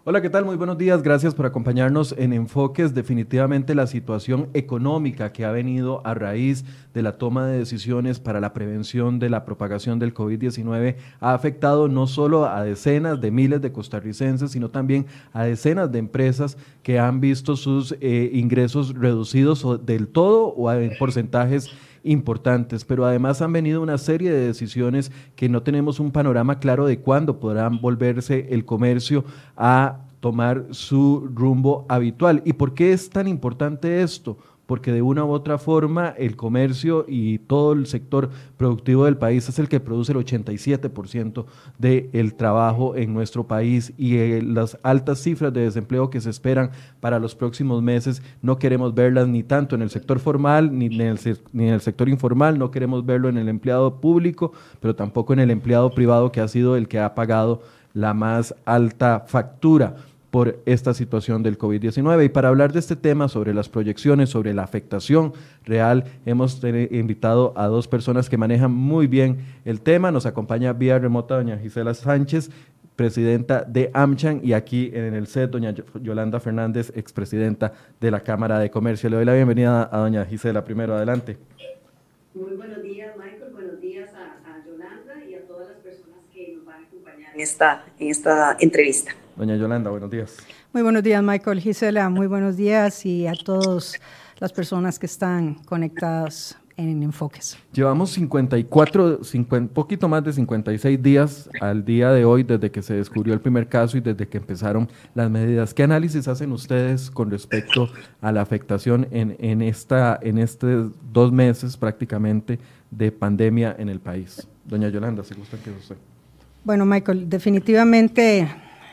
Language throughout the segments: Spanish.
Hola, ¿qué tal? Muy buenos días. Gracias por acompañarnos en Enfoques. Definitivamente la situación económica que ha venido a raíz de la toma de decisiones para la prevención de la propagación del COVID-19 ha afectado no solo a decenas de miles de costarricenses, sino también a decenas de empresas que han visto sus ingresos reducidos del todo o en porcentajes importantes, pero además han venido una serie de decisiones que no tenemos un panorama claro de cuándo podrán volverse el comercio a tomar su rumbo habitual. ¿Y por qué es tan importante esto? Porque de una u otra forma el comercio y todo el sector productivo del país es el que produce el 87% del trabajo en nuestro país y las altas cifras de desempleo que se esperan para los próximos meses no queremos verlas ni tanto en el sector formal ni en el sector informal, no queremos verlo en el empleado público, pero tampoco en el empleado privado que ha sido el que ha pagado la más alta factura por esta situación del COVID-19. Y para hablar de este tema, sobre las proyecciones, sobre la afectación real, hemos invitado a dos personas que manejan muy bien el tema. Nos acompaña vía remota doña Gisela Sánchez, presidenta de AmCham, y aquí en el set doña Yolanda Fernández, expresidenta de la Cámara de Comercio. Le doy la bienvenida a doña Gisela primero, adelante. Muy buenos días, Michael, buenos días a Yolanda y a todas las personas que nos van a acompañar en esta entrevista. Doña Yolanda, buenos días. Muy buenos días, Michael. Gisela, muy buenos días y a todas las personas que están conectadas en Enfoques. Llevamos poquito más de 56 días al día de hoy desde que se descubrió el primer caso y desde que empezaron las medidas. ¿Qué análisis hacen ustedes con respecto a la afectación en estos 2 meses prácticamente de pandemia en el país? Doña Yolanda, si gusta que usted. Bueno, Michael, definitivamente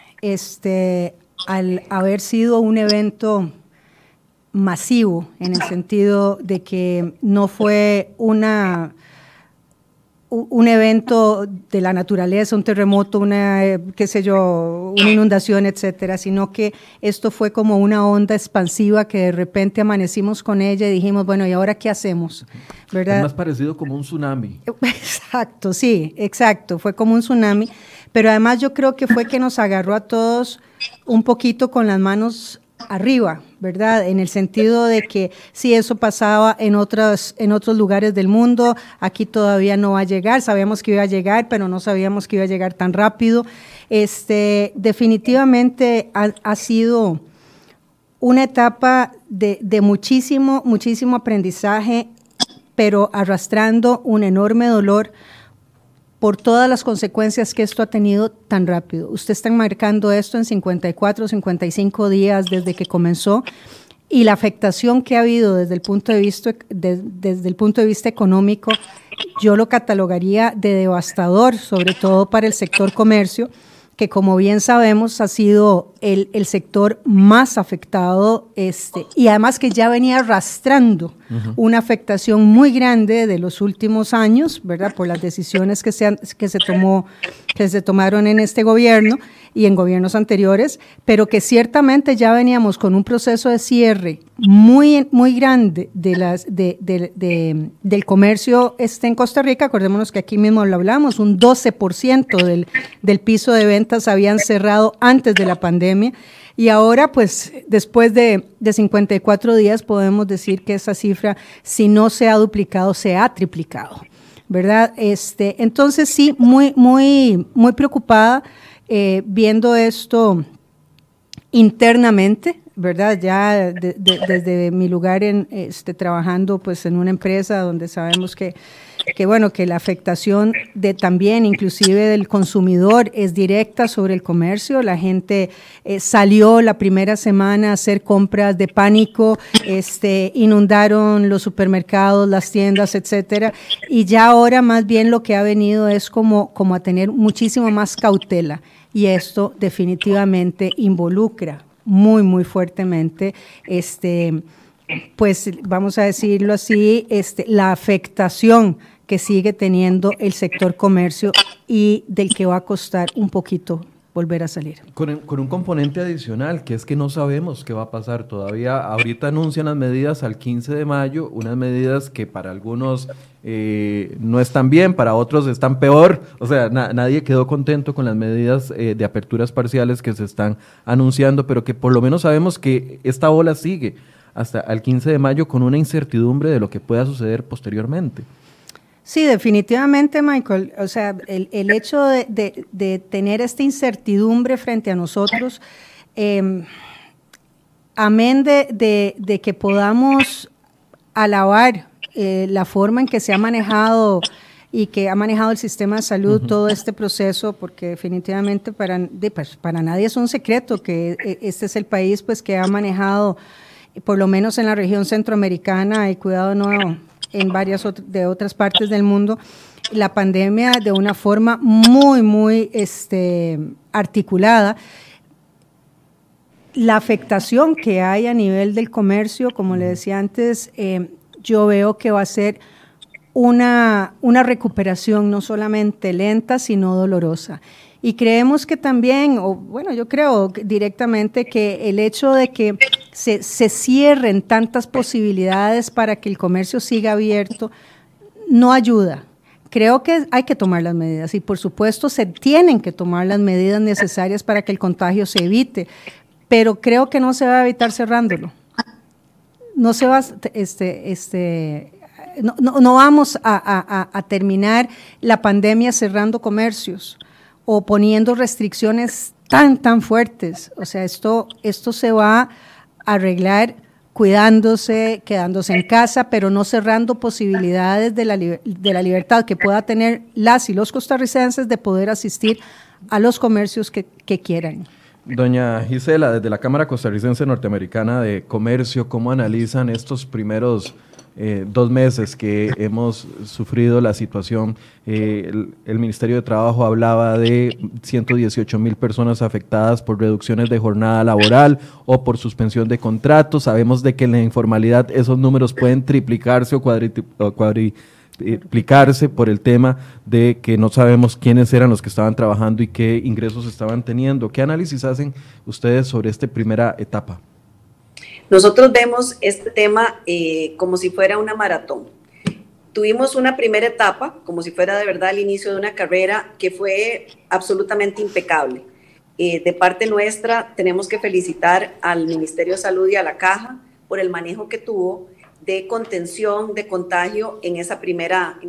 al haber sido un evento masivo, en el sentido de que no fue un evento de la naturaleza, un terremoto, una inundación, etcétera, sino que esto fue como una onda expansiva que de repente amanecimos con ella y dijimos, bueno, ¿y ahora qué hacemos? ¿Verdad? Es más parecido como un tsunami. Exacto, sí, exacto, fue como un tsunami, pero además yo creo que fue que nos agarró a todos un poquito con las manos arriba, ¿verdad? En el sentido de que si eso pasaba en otros lugares del mundo, aquí todavía no va a llegar, sabíamos que iba a llegar, pero no sabíamos que iba a llegar tan rápido. Definitivamente ha sido una etapa de muchísimo aprendizaje, pero arrastrando un enorme dolor por todas las consecuencias que esto ha tenido tan rápido. Usted está marcando esto en 54, 55 días desde que comenzó, y la afectación que ha habido desde el punto de vista económico, yo lo catalogaría de devastador, sobre todo para el sector comercio, que como bien sabemos ha sido el sector más afectado, y además que ya venía arrastrando una afectación muy grande de los últimos años, ¿verdad? Por las decisiones que se tomaron en este gobierno y en gobiernos anteriores, pero que ciertamente ya veníamos con un proceso de cierre muy grande del comercio en Costa Rica. Acordémonos que aquí mismo lo hablamos, un 12% del piso de ventas habían cerrado antes de la pandemia, y ahora pues después de 54 días podemos decir que esa cifra, si no se ha duplicado, se ha triplicado, ¿verdad? Entonces sí, muy preocupada viendo esto internamente, ¿verdad? Ya desde mi lugar trabajando pues en una empresa donde sabemos que la afectación también inclusive del consumidor es directa sobre el comercio. La gente salió la primera semana a hacer compras de pánico, inundaron los supermercados, las tiendas, etcétera, y ya ahora más bien lo que ha venido es como a tener muchísimo más cautela, y esto definitivamente involucra muy fuertemente pues vamos a decirlo así, la afectación que sigue teniendo el sector comercio y del que va a costar un poquito volver a salir. Con un componente adicional, que es que no sabemos qué va a pasar todavía. Ahorita anuncian las medidas al 15 de mayo, unas medidas que para algunos no están bien, para otros están peor. O sea, nadie quedó contento con las medidas de aperturas parciales que se están anunciando, pero que por lo menos sabemos que esta ola sigue hasta el 15 de mayo con una incertidumbre de lo que pueda suceder posteriormente. Sí, definitivamente, Michael. O sea, el hecho de tener esta incertidumbre frente a nosotros, amén de que podamos alabar la forma en que se ha manejado y que ha manejado el sistema de salud todo este proceso, porque definitivamente para nadie es un secreto que este es el país pues que ha manejado, por lo menos en la región centroamericana, y cuidado no en varias de otras partes del mundo, la pandemia de una forma muy articulada. La afectación que hay a nivel del comercio, como le decía antes, yo veo que va a ser una recuperación no solamente lenta, sino dolorosa. Y creemos que también, yo creo directamente que el hecho de que se cierren tantas posibilidades para que el comercio siga abierto no ayuda. Creo que hay que tomar las medidas y por supuesto se tienen que tomar las medidas necesarias para que el contagio se evite, pero creo que no se va a evitar cerrándolo. No se va no vamos a terminar la pandemia cerrando comercios o poniendo restricciones tan fuertes. O sea, esto se va a arreglar cuidándose, quedándose en casa, pero no cerrando posibilidades de la libertad que pueda tener las y los costarricenses de poder asistir a los comercios que quieran. Doña Gisela, desde la Cámara Costarricense Norteamericana de Comercio, ¿cómo analizan estos primeros 2 meses que hemos sufrido la situación? El Ministerio de Trabajo hablaba de 118,000 personas afectadas por reducciones de jornada laboral o por suspensión de contratos. Sabemos de que en la informalidad esos números pueden triplicarse o cuadriplicarse por el tema de que no sabemos quiénes eran los que estaban trabajando y qué ingresos estaban teniendo. ¿Qué análisis hacen ustedes sobre esta primera etapa? Nosotros vemos este tema como si fuera una maratón. Tuvimos una primera etapa, como si fuera de verdad el inicio de una carrera que fue absolutamente impecable. De parte nuestra, tenemos que felicitar al Ministerio de Salud y a la Caja por el manejo que tuvo de contención de contagio en esa primera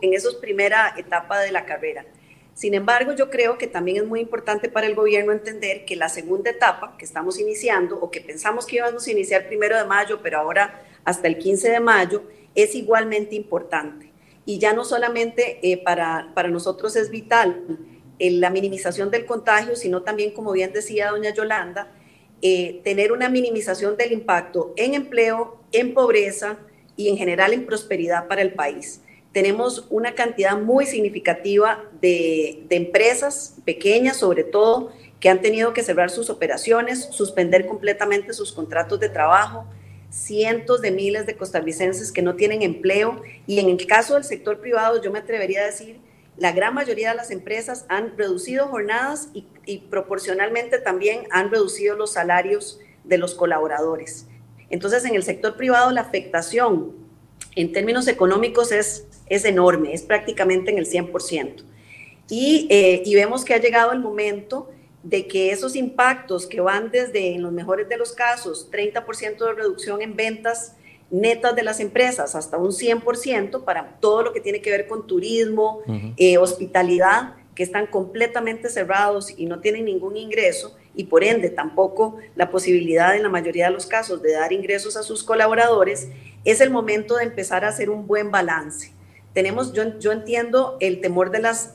etapa de la carrera. Sin embargo, yo creo que también es muy importante para el gobierno entender que la segunda etapa que estamos iniciando, o que pensamos que íbamos a iniciar 1 de mayo, pero ahora hasta el 15 de mayo, es igualmente importante. Y ya no solamente para nosotros es vital la minimización del contagio, sino también, como bien decía doña Yolanda, tener una minimización del impacto en empleo, en pobreza y en general en prosperidad para el país. Tenemos una cantidad muy significativa de empresas pequeñas, sobre todo, que han tenido que cerrar sus operaciones, suspender completamente sus contratos de trabajo, cientos de miles de costarricenses que no tienen empleo, y en el caso del sector privado, yo me atrevería a decir, la gran mayoría de las empresas han reducido jornadas y proporcionalmente también han reducido los salarios de los colaboradores. Entonces, en el sector privado la afectación en términos económicos es enorme, es prácticamente en el 100%. Y vemos que ha llegado el momento de que esos impactos que van desde, en los mejores de los casos, 30% de reducción en ventas netas de las empresas, hasta un 100% para todo lo que tiene que ver con turismo, hospitalidad, que están completamente cerrados y no tienen ningún ingreso, y por ende tampoco la posibilidad en la mayoría de los casos de dar ingresos a sus colaboradores. Es el momento de empezar a hacer un buen balance. Yo entiendo el temor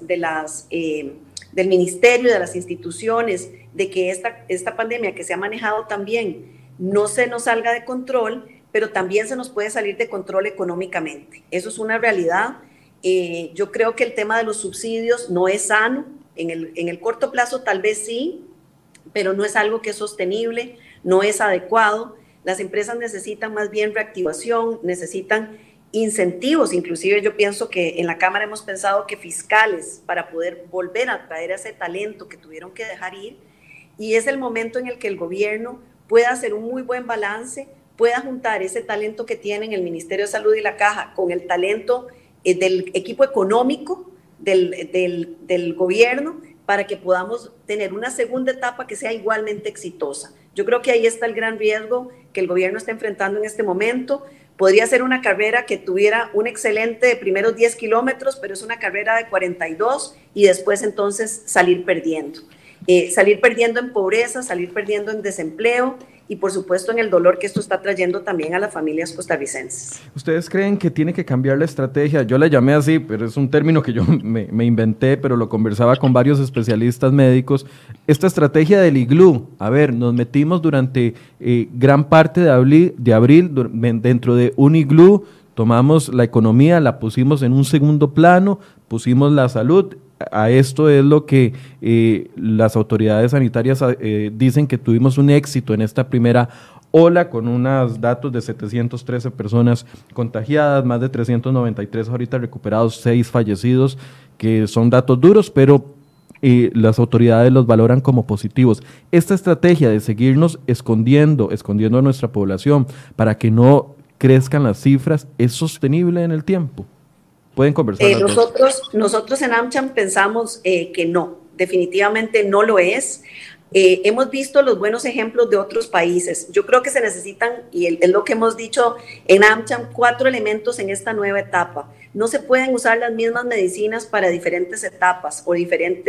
del ministerio y de las instituciones de que esta pandemia que se ha manejado también no se nos salga de control, pero también se nos puede salir de control económicamente. Eso es una realidad. Yo creo que el tema de los subsidios no es sano. En el corto plazo tal vez sí, pero no es algo que es sostenible, no es adecuado. Las empresas necesitan más bien reactivación, necesitan incentivos, inclusive yo pienso que en la Cámara hemos pensado que fiscales para poder volver a traer a ese talento que tuvieron que dejar ir, y es el momento en el que el gobierno pueda hacer un muy buen balance, pueda juntar ese talento que tienen el Ministerio de Salud y la Caja con el talento del equipo económico del gobierno, para que podamos tener una segunda etapa que sea igualmente exitosa. Yo creo que ahí está el gran riesgo que el gobierno está enfrentando en este momento. Podría ser una carrera que tuviera un excelente de primeros 10 kilómetros, pero es una carrera de 42 y después entonces salir perdiendo. Salir perdiendo en pobreza, salir perdiendo en desempleo y por supuesto en el dolor que esto está trayendo también a las familias costarricenses. ¿Ustedes creen que tiene que cambiar la estrategia? Yo la llamé así, pero es un término que yo me inventé, pero lo conversaba con varios especialistas médicos. Esta estrategia del iglú, a ver, nos metimos durante gran parte de abril dentro de un iglú, tomamos la economía, la pusimos en un segundo plano, pusimos la salud. A esto es lo que las autoridades sanitarias dicen que tuvimos un éxito en esta primera ola con unos datos de 713 personas contagiadas, más de 393 ahorita recuperados, 6 fallecidos, que son datos duros, pero las autoridades los valoran como positivos. Esta estrategia de seguirnos escondiendo a nuestra población para que no crezcan las cifras, ¿es sostenible en el tiempo? Pueden conversar. Nosotros en AmCham pensamos que no, definitivamente no lo es. Hemos visto los buenos ejemplos de otros países. Yo creo que se necesitan, y es lo que hemos dicho en AmCham, 4 elementos en esta nueva etapa. No se pueden usar las mismas medicinas para diferentes etapas o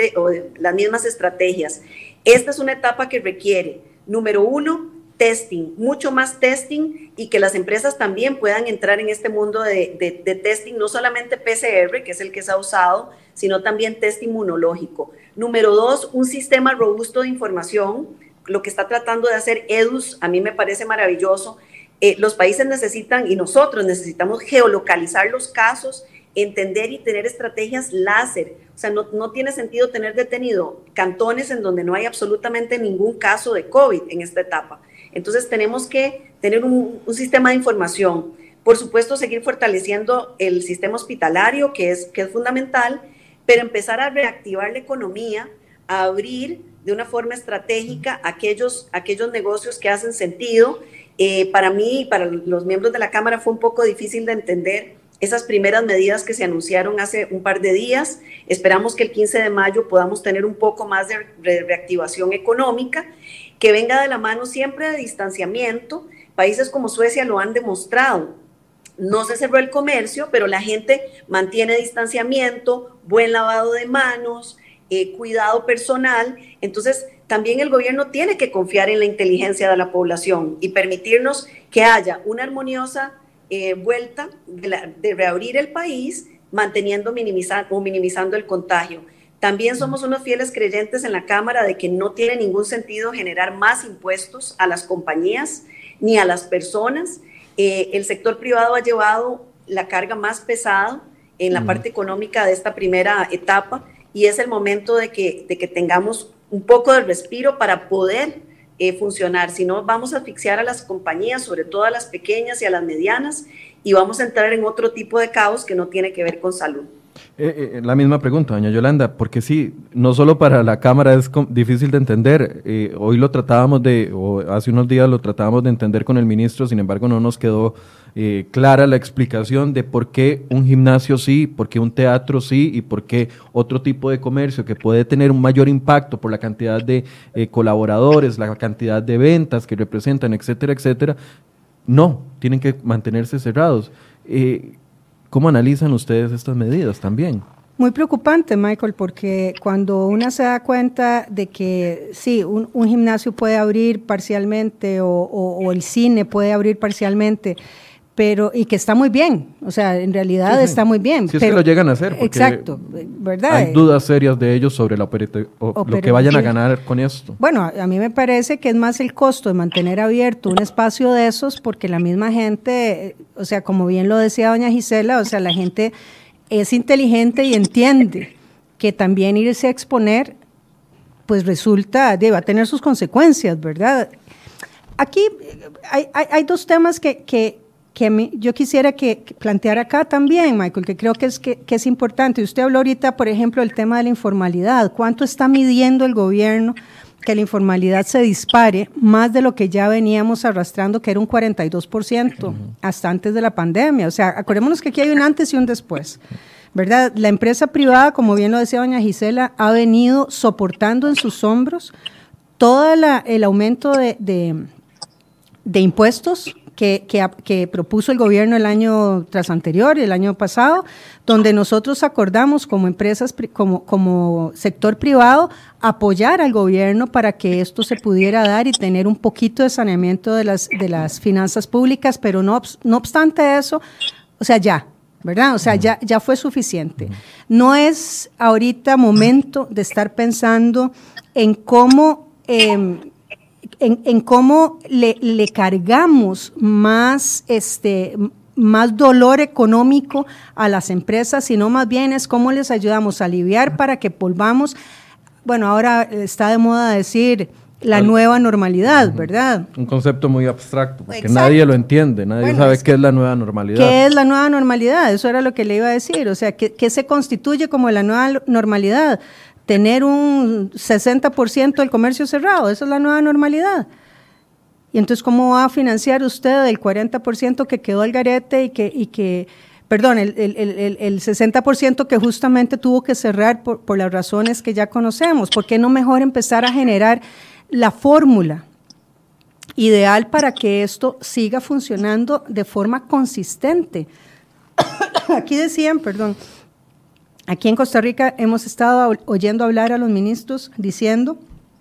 las mismas estrategias. Esta es una etapa que requiere, número 1, testing, mucho más testing, y que las empresas también puedan entrar en este mundo de testing, no solamente PCR, que es el que se ha usado, sino también test inmunológico. Número 2, un sistema robusto de información, lo que está tratando de hacer EDUS, a mí me parece maravilloso. Los países necesitan, y nosotros necesitamos geolocalizar los casos, entender y tener estrategias láser. O sea, no tiene sentido tener detenido cantones en donde no hay absolutamente ningún caso de COVID en esta etapa. Entonces tenemos que tener un sistema de información. Por supuesto, seguir fortaleciendo el sistema hospitalario, que es fundamental, pero empezar a reactivar la economía, a abrir de una forma estratégica aquellos negocios que hacen sentido. Para mí y para los miembros de la Cámara fue un poco difícil de entender esas primeras medidas que se anunciaron hace un par de días. Esperamos que el 15 de mayo podamos tener un poco más de reactivación económica, que venga de la mano siempre de distanciamiento. Países como Suecia lo han demostrado. No se cerró el comercio, pero la gente mantiene distanciamiento, buen lavado de manos, cuidado personal. Entonces, también el gobierno tiene que confiar en la inteligencia de la población y permitirnos que haya una armoniosa vuelta de reabrir el país, manteniendo minimizando el contagio. También somos unos fieles creyentes en la Cámara de que no tiene ningún sentido generar más impuestos a las compañías ni a las personas. El sector privado ha llevado la carga más pesada en la parte económica de esta primera etapa, y es el momento de que tengamos un poco de respiro para poder funcionar. Si no, vamos a asfixiar a las compañías, sobre todo a las pequeñas y a las medianas, y vamos a entrar en otro tipo de caos que no tiene que ver con salud. La misma pregunta, doña Yolanda, porque sí, no solo para la Cámara es difícil de entender. Hoy hace unos días lo tratábamos de entender con el ministro, sin embargo no nos quedó clara la explicación de por qué un gimnasio sí, por qué un teatro sí y por qué otro tipo de comercio que puede tener un mayor impacto por la cantidad de colaboradores, la cantidad de ventas que representan, etcétera, etcétera, no, tienen que mantenerse cerrados. ¿Cómo analizan ustedes estas medidas también? Muy preocupante, Michael, porque cuando uno se da cuenta de que sí, un gimnasio puede abrir parcialmente o el cine puede abrir parcialmente, y que está muy bien, o sea, en realidad sí, está muy bien. Si es que lo llegan a hacer, porque exacto, ¿verdad? Hay dudas serias de ellos sobre lo que vayan a ganar con esto. Bueno, a mí me parece que es más el costo de mantener abierto un espacio de esos, porque la misma gente, o sea, como bien lo decía doña Gisela, o sea, la gente es inteligente y entiende que también irse a exponer, pues va a tener sus consecuencias, ¿verdad? Aquí hay dos temas que yo quisiera que plantear acá también, Michael, que creo que es importante. Usted habló ahorita, por ejemplo, del tema de la informalidad. ¿Cuánto está midiendo el gobierno que la informalidad se dispare más de lo que ya veníamos arrastrando, que era un 42% hasta antes de la pandemia? O sea, acordémonos que aquí hay un antes y un después, ¿verdad? La empresa privada, como bien lo decía doña Gisela, ha venido soportando en sus hombros todo el aumento de impuestos que propuso el gobierno el año tras anterior, el año pasado, donde nosotros acordamos como empresas, como sector privado, apoyar al gobierno para que esto se pudiera dar y tener un poquito de saneamiento de las finanzas públicas, pero no obstante eso, o sea, ya, ¿verdad? O sea, ya fue suficiente. No es ahorita momento de estar pensando en cómo le cargamos más dolor económico a las empresas, sino más bien es cómo les ayudamos a aliviar para que volvamos, bueno, ahora está de moda decir la nueva normalidad, ¿verdad? Un concepto muy abstracto, porque Exacto. nadie lo entiende, nadie sabe qué es la nueva normalidad. ¿Qué es la nueva normalidad? Eso era lo que le iba a decir, o sea, ¿qué se constituye como la nueva normalidad? Tener un 60% del comercio cerrado, esa es la nueva normalidad. Y entonces, ¿cómo va a financiar usted el 40% que quedó al garete y que perdón, el 60% que justamente tuvo que cerrar por las razones que ya conocemos? ¿Por qué no mejor empezar a generar la fórmula ideal para que esto siga funcionando de forma consistente? Aquí decían, perdón, aquí en Costa Rica hemos estado oyendo hablar a los ministros diciendo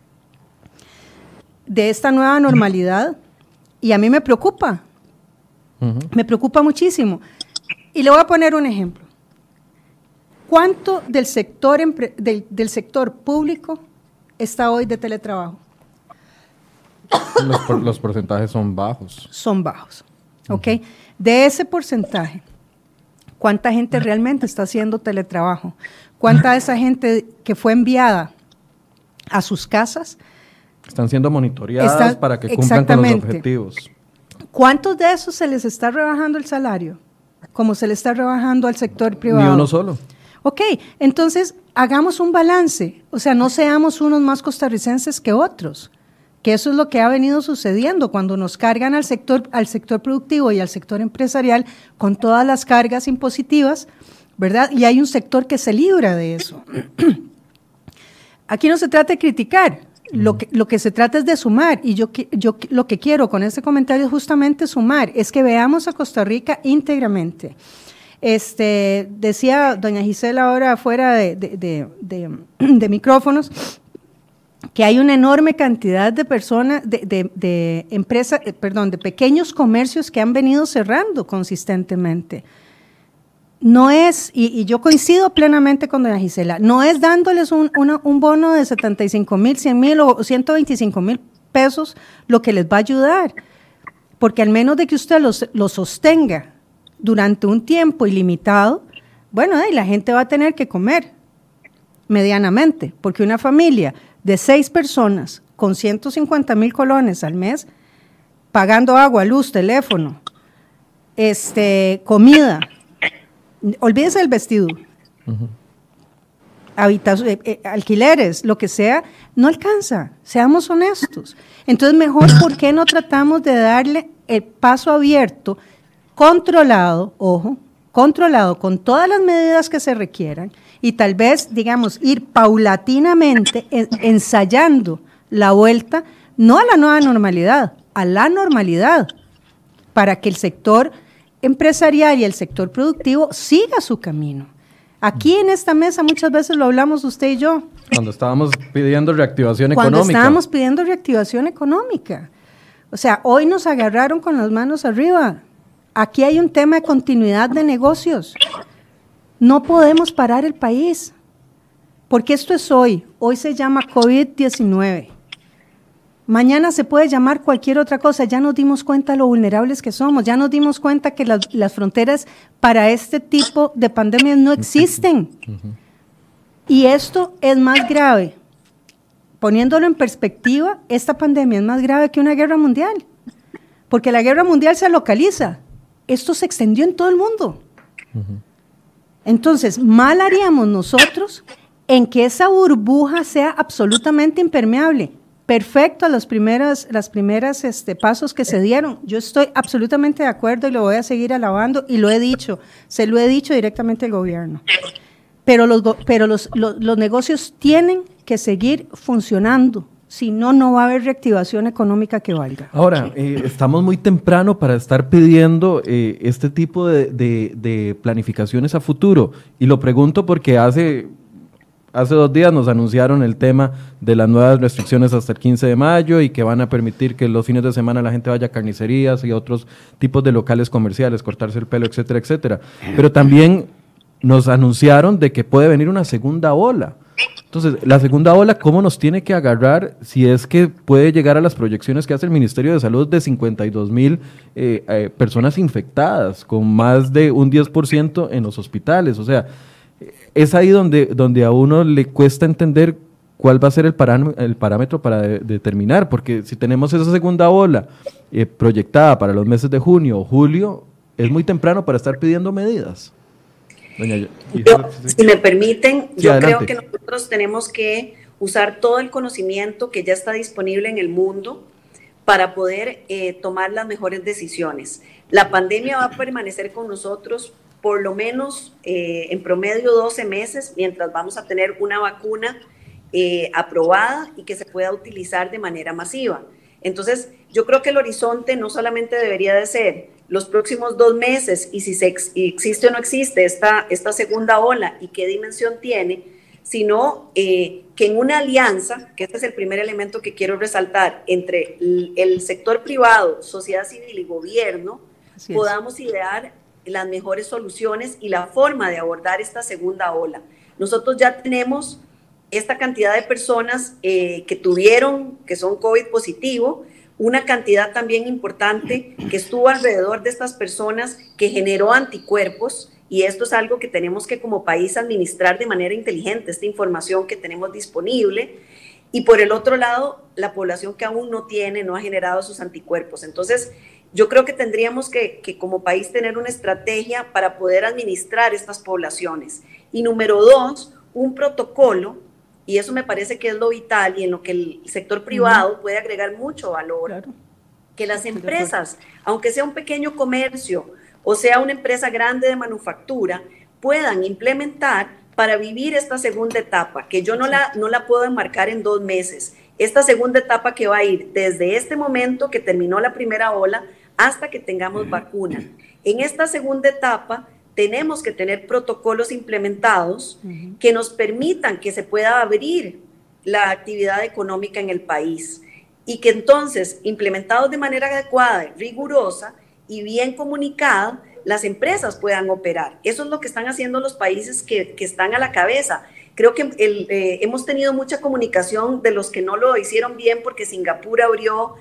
de esta nueva normalidad y a mí me preocupa muchísimo. Y le voy a poner un ejemplo. ¿Cuánto del sector público está hoy de teletrabajo? Los porcentajes son bajos. Son bajos, ¿ok? De ese porcentaje, ¿cuánta gente realmente está haciendo teletrabajo? ¿Cuánta de esa gente que fue enviada a sus casas? Están siendo monitoreadas para que cumplan con los objetivos. ¿Cuántos de esos se les está rebajando el salario? Como se le está rebajando al sector privado. Ni uno solo. Ok, entonces hagamos un balance. O sea, no seamos unos más costarricenses que otros. Que eso es lo que ha venido sucediendo cuando nos cargan al sector productivo y al sector empresarial con todas las cargas impositivas, ¿verdad? Y hay un sector que se libra de eso. Aquí no se trata de criticar, lo que se trata es de sumar, y yo lo que quiero con este comentario es justamente sumar, es que veamos a Costa Rica íntegramente. Decía doña Gisela ahora fuera de micrófonos, que hay una enorme cantidad de personas, de empresas, de pequeños comercios que han venido cerrando consistentemente. No es, y yo coincido plenamente con doña Gisela, no es dándoles un bono de 75,000, 100,000 o 125,000 pesos lo que les va a ayudar, porque al menos de que usted lo sostenga durante un tiempo ilimitado, bueno, la gente va a tener que comer medianamente, porque una familia de 6 personas con 150,000 colones al mes, pagando agua, luz, teléfono, comida, olvídese del vestido, alquileres, lo que sea, no alcanza, seamos honestos. Entonces, mejor, ¿por qué no tratamos de darle el paso abierto, controlado, ojo, controlado con todas las medidas que se requieran y tal vez, digamos, ir paulatinamente ensayando la vuelta, no a la nueva normalidad, a la normalidad, para que el sector empresarial y el sector productivo siga su camino. Aquí en esta mesa muchas veces lo hablamos usted y yo. Cuando estábamos pidiendo reactivación económica. Cuando estábamos pidiendo reactivación económica. O sea, hoy nos agarraron con las manos arriba. Aquí hay un tema de continuidad de negocios. No podemos parar el país, porque esto es hoy. Hoy se llama COVID-19. Mañana se puede llamar cualquier otra cosa. Ya nos dimos cuenta de lo vulnerables que somos. Ya nos dimos cuenta que las fronteras para este tipo de pandemias no existen. Y esto es más grave. Poniéndolo en perspectiva, esta pandemia es más grave que una guerra mundial. Porque la guerra mundial se localiza esto se extendió en todo el mundo. Entonces, mal haríamos nosotros en que esa burbuja sea absolutamente impermeable. Perfecto, las primeras pasos que se dieron. Yo estoy absolutamente de acuerdo y lo voy a seguir alabando y lo he dicho, se lo he dicho directamente al gobierno. Pero los negocios tienen que seguir funcionando, si no, no va a haber reactivación económica que valga. Ahora, estamos muy temprano para estar pidiendo este tipo de planificaciones a futuro. Y lo pregunto porque hace 2 días nos anunciaron el tema de las nuevas restricciones hasta el 15 de mayo y que van a permitir que los fines de semana la gente vaya a carnicerías y a otros tipos de locales comerciales, cortarse el pelo, etcétera, etcétera. Pero también nos anunciaron de que puede venir una segunda ola. Entonces, la segunda ola, ¿cómo nos tiene que agarrar si es que puede llegar a las proyecciones que hace el Ministerio de Salud de 52,000 personas infectadas, con más de un 10% en los hospitales? O sea, es ahí donde a uno le cuesta entender cuál va a ser el parámetro para determinar, porque si tenemos esa segunda ola proyectada para los meses de junio o julio, es muy temprano para estar pidiendo medidas. Si me permiten, sí, yo adelante. creo que nosotros tenemos que usar todo el conocimiento que ya está disponible en el mundo para poder tomar las mejores decisiones. La pandemia va a permanecer con nosotros por lo menos en promedio 12 meses, mientras vamos a tener una vacuna aprobada y que se pueda utilizar de manera masiva. Entonces, yo creo que el horizonte no solamente debería de ser los próximos 2 meses y si existe o no existe esta segunda ola y qué dimensión tiene, sino que en una alianza, que este es el primer elemento que quiero resaltar, entre el sector privado, sociedad civil y gobierno, podamos idear las mejores soluciones y la forma de abordar esta segunda ola. Nosotros ya tenemos esta cantidad de personas que son COVID positivo, una cantidad también importante que estuvo alrededor de estas personas que generó anticuerpos, y esto es algo que tenemos que como país administrar de manera inteligente, esta información que tenemos disponible, y por el otro lado, la población que aún no ha generado sus anticuerpos. Entonces, yo creo que tendríamos que como país tener una estrategia para poder administrar estas poblaciones. Y número 2, un protocolo, y eso me parece que es lo vital y en lo que el sector privado puede agregar mucho valor, claro, que las empresas, aunque sea un pequeño comercio o sea una empresa grande de manufactura, puedan implementar para vivir esta segunda etapa, que yo no la puedo enmarcar en 2 meses. Esta segunda etapa que va a ir desde este momento que terminó la primera ola hasta que tengamos vacuna. En esta segunda etapa tenemos que tener protocolos implementados que nos permitan que se pueda abrir la actividad económica en el país y que entonces, implementados de manera adecuada, rigurosa y bien comunicada, las empresas puedan operar. Eso es lo que están haciendo los países que están a la cabeza. Creo que hemos tenido mucha comunicación de los que no lo hicieron bien porque Singapur abrió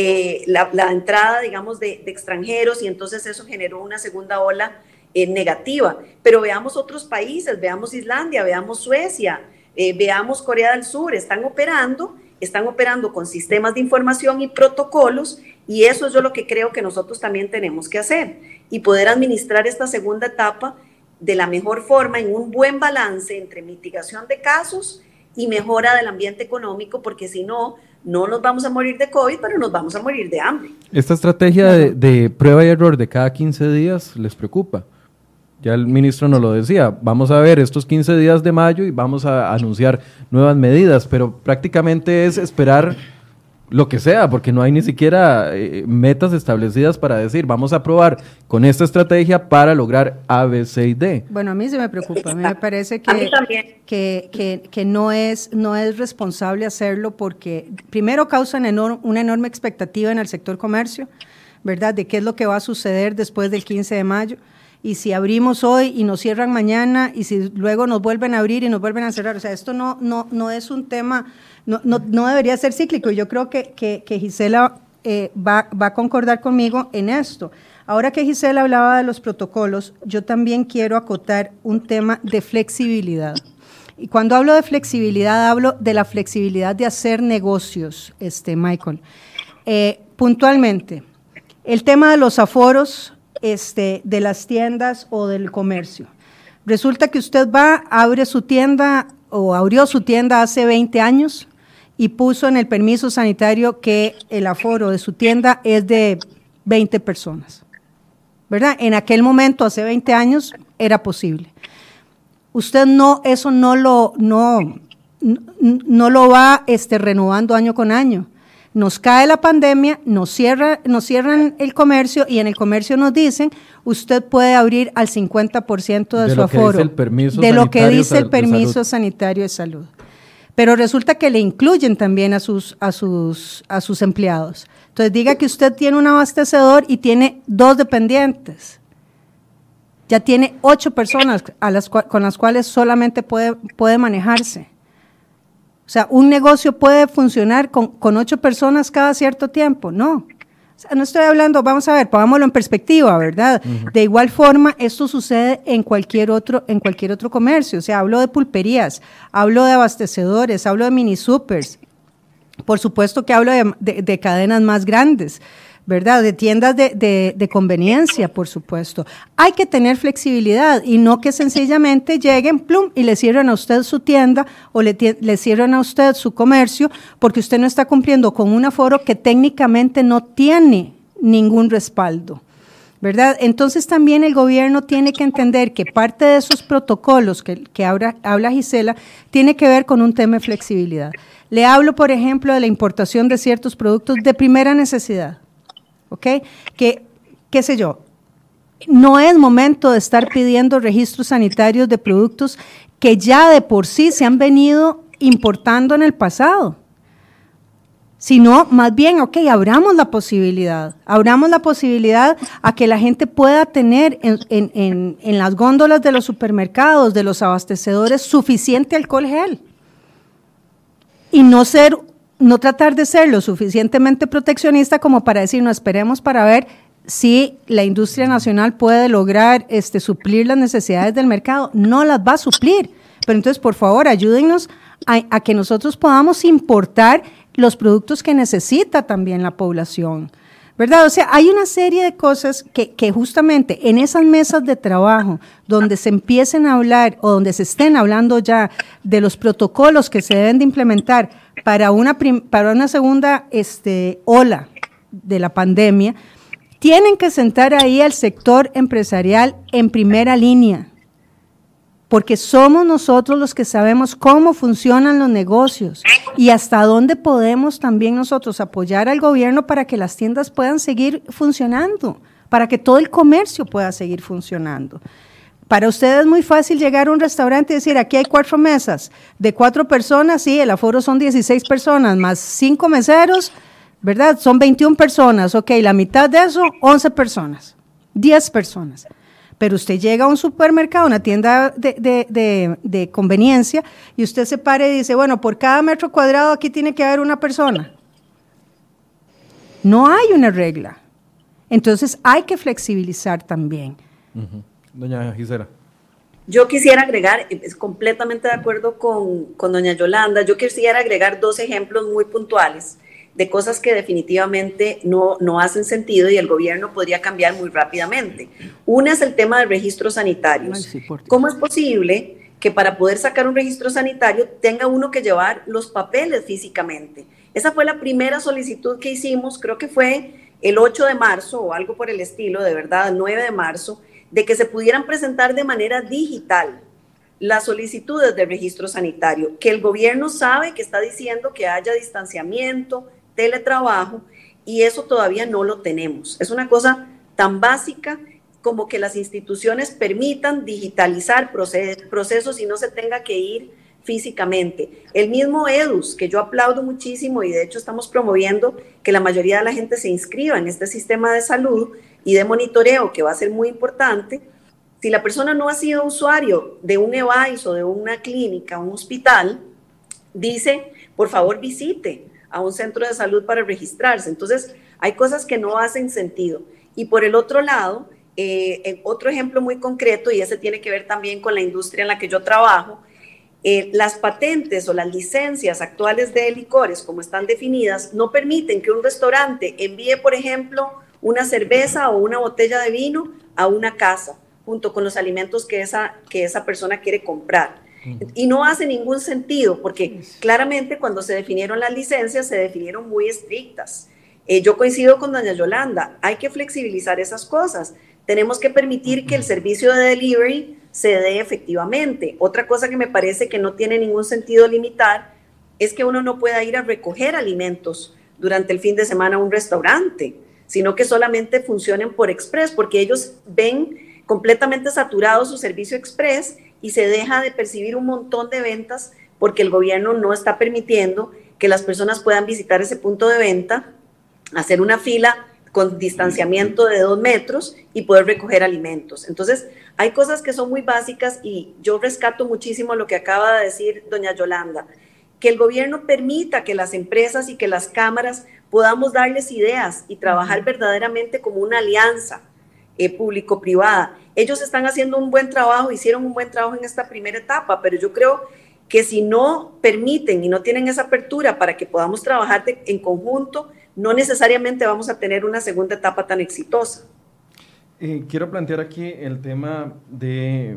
la entrada, digamos, de extranjeros y entonces eso generó una segunda ola negativa, pero veamos otros países, veamos Islandia, veamos Suecia, veamos Corea del Sur, están operando con sistemas de información y protocolos, y eso es yo lo que creo que nosotros también tenemos que hacer, y poder administrar esta segunda etapa de la mejor forma, en un buen balance entre mitigación de casos y mejora del ambiente económico, porque si no nos vamos a morir de COVID, pero nos vamos a morir de hambre. ¿Esta estrategia de prueba y error de cada 15 días les preocupa? Ya el ministro nos lo decía, vamos a ver estos 15 días de mayo y vamos a anunciar nuevas medidas, pero prácticamente es esperar lo que sea, porque no hay ni siquiera metas establecidas para decir, vamos a probar con esta estrategia para lograr A, B, C y D. Bueno, a mí sí me preocupa, a mí me parece que no es responsable hacerlo porque primero causa una enorme expectativa en el sector comercio, ¿verdad?, de qué es lo que va a suceder después del 15 de mayo. Y si abrimos hoy y nos cierran mañana, y si luego nos vuelven a abrir y nos vuelven a cerrar, o sea, esto no es un tema, no debería ser cíclico, y yo creo que Gisela va a concordar conmigo en esto. Ahora que Gisela hablaba de los protocolos, yo también quiero acotar un tema de flexibilidad. Y cuando hablo de flexibilidad, hablo de la flexibilidad de hacer negocios, Michael. Puntualmente, el tema de los aforos de las tiendas o del comercio. Resulta que usted va, abre su tienda o abrió su tienda hace 20 años y puso en el permiso sanitario que el aforo de su tienda es de 20 personas, ¿verdad? En aquel momento, hace 20 años, era posible. Usted eso no lo va renovando año con año. Nos cae la pandemia, nos cierran el comercio y en el comercio nos dicen, usted puede abrir al 50% de su aforo, de lo que dice el permiso sanitario de salud. Pero resulta que le incluyen también a sus empleados. Entonces diga que usted tiene un abastecedor y tiene 2 dependientes. Ya tiene 8 personas con las cuales solamente puede manejarse. O sea, ¿un negocio puede funcionar con 8 personas cada cierto tiempo? No. O sea, no estoy hablando, vamos a ver, pongámoslo en perspectiva, ¿verdad? Uh-huh. De igual forma, esto sucede en cualquier otro comercio. O sea, hablo de pulperías, hablo de abastecedores, hablo de mini supers. Por supuesto que hablo de cadenas más grandes, ¿verdad? De tiendas de conveniencia, por supuesto. Hay que tener flexibilidad y no que sencillamente lleguen, plum, y le cierren a usted su tienda o le cierren a usted su comercio porque usted no está cumpliendo con un aforo que técnicamente no tiene ningún respaldo, ¿verdad? Entonces también el gobierno tiene que entender que parte de esos protocolos que habla Gisela tiene que ver con un tema de flexibilidad. Le hablo, por ejemplo, de la importación de ciertos productos de primera necesidad. ¿Ok? ¿Qué sé yo? No es momento de estar pidiendo registros sanitarios de productos que ya de por sí se han venido importando en el pasado. Sino, más bien, ok, abramos la posibilidad a que la gente pueda tener en las góndolas de los supermercados, de los abastecedores, suficiente alcohol gel. Y no tratar de ser lo suficientemente proteccionista como para decir, no, esperemos para ver si la industria nacional puede lograr suplir las necesidades del mercado. No las va a suplir, pero entonces, por favor, ayúdennos a que nosotros podamos importar los productos que necesita también la población, ¿verdad? O sea, hay una serie de cosas que justamente en esas mesas de trabajo, donde se empiecen a hablar o donde se estén hablando ya de los protocolos que se deben de implementar para una segunda ola de la pandemia, tienen que sentar ahí al sector empresarial en primera línea, porque somos nosotros los que sabemos cómo funcionan los negocios y hasta dónde podemos también nosotros apoyar al gobierno para que las tiendas puedan seguir funcionando, para que todo el comercio pueda seguir funcionando. Para ustedes es muy fácil llegar a un restaurante y decir, aquí hay 4 mesas, de 4 personas, sí, el aforo son 16 personas, más 5 meseros, ¿verdad? Son 21 personas, ok, la mitad de eso, 11 personas, 10 personas. Pero usted llega a un supermercado, una tienda de conveniencia, y usted se para y dice, bueno, por cada metro cuadrado aquí tiene que haber una persona. No hay una regla. Entonces hay que flexibilizar también. Uh-huh. Doña Gisela. Yo quisiera agregar, es completamente de acuerdo con doña Yolanda, yo quisiera agregar 2 ejemplos muy puntuales de cosas que definitivamente no hacen sentido y el gobierno podría cambiar muy rápidamente. Una es el tema de registros sanitarios. ¿Cómo es posible que para poder sacar un registro sanitario tenga uno que llevar los papeles físicamente? Esa fue la primera solicitud que hicimos, creo que fue el 8 de marzo o algo por el estilo, de verdad, el 9 de marzo, de que se pudieran presentar de manera digital las solicitudes de registro sanitario, que el gobierno sabe que está diciendo que haya distanciamiento, teletrabajo, y eso todavía no lo tenemos. Es una cosa tan básica como que las instituciones permitan digitalizar procesos y no se tenga que ir físicamente. El mismo EDUS, que yo aplaudo muchísimo y de hecho estamos promoviendo que la mayoría de la gente se inscriba en este sistema de salud y de monitoreo, que va a ser muy importante. Si la persona no ha sido usuario de un EVAIS o de una clínica, un hospital, dice, por favor visite a un centro de salud para registrarse. Entonces, hay cosas que no hacen sentido. Y por el otro lado, otro ejemplo muy concreto, y ese tiene que ver también con la industria en la que yo trabajo, las patentes o las licencias actuales de licores, como están definidas, no permiten que un restaurante envíe, por ejemplo, una cerveza o una botella de vino a una casa, junto con los alimentos que esa persona quiere comprar. Y no hace ningún sentido, porque claramente cuando se definieron las licencias, se definieron muy estrictas. Yo coincido con doña Yolanda, hay que flexibilizar esas cosas. Tenemos que permitir que el servicio de delivery se dé efectivamente. Otra cosa que me parece que no tiene ningún sentido limitar es que uno no pueda ir a recoger alimentos durante el fin de semana a un restaurante, sino que solamente funcionen por express, porque ellos ven completamente saturado su servicio express y se deja de percibir un montón de ventas porque el gobierno no está permitiendo que las personas puedan visitar ese punto de venta, hacer una fila con distanciamiento de 2 metros y poder recoger alimentos. Entonces, hay cosas que son muy básicas y yo rescato muchísimo lo que acaba de decir doña Yolanda, que el gobierno permita que las empresas y que las cámaras podamos darles ideas y trabajar verdaderamente como una alianza público-privada. Ellos están haciendo un buen trabajo, hicieron un buen trabajo en esta primera etapa, pero yo creo que si no permiten y no tienen esa apertura para que podamos trabajar en conjunto, no necesariamente vamos a tener una segunda etapa tan exitosa. Quiero plantear aquí el tema de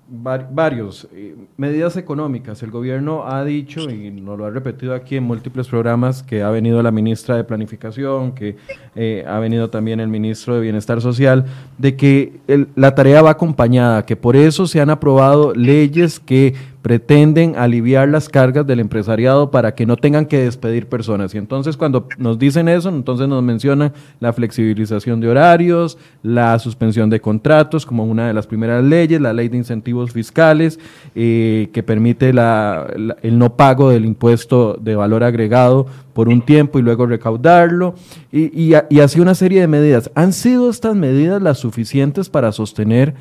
varios medidas económicas. El gobierno ha dicho, y nos lo ha repetido aquí en múltiples programas, que ha venido la ministra de Planificación, que ha venido también el ministro de Bienestar Social, de que la tarea va acompañada, que por eso se han aprobado leyes que pretenden aliviar las cargas del empresariado para que no tengan que despedir personas. Y entonces cuando nos dicen eso, entonces nos mencionan la flexibilización de horarios, la suspensión de contratos como una de las primeras leyes, la ley de incentivos fiscales que permite el no pago del impuesto de valor agregado por un tiempo y luego recaudarlo, y así una serie de medidas. ¿Han sido estas medidas las suficientes para sostener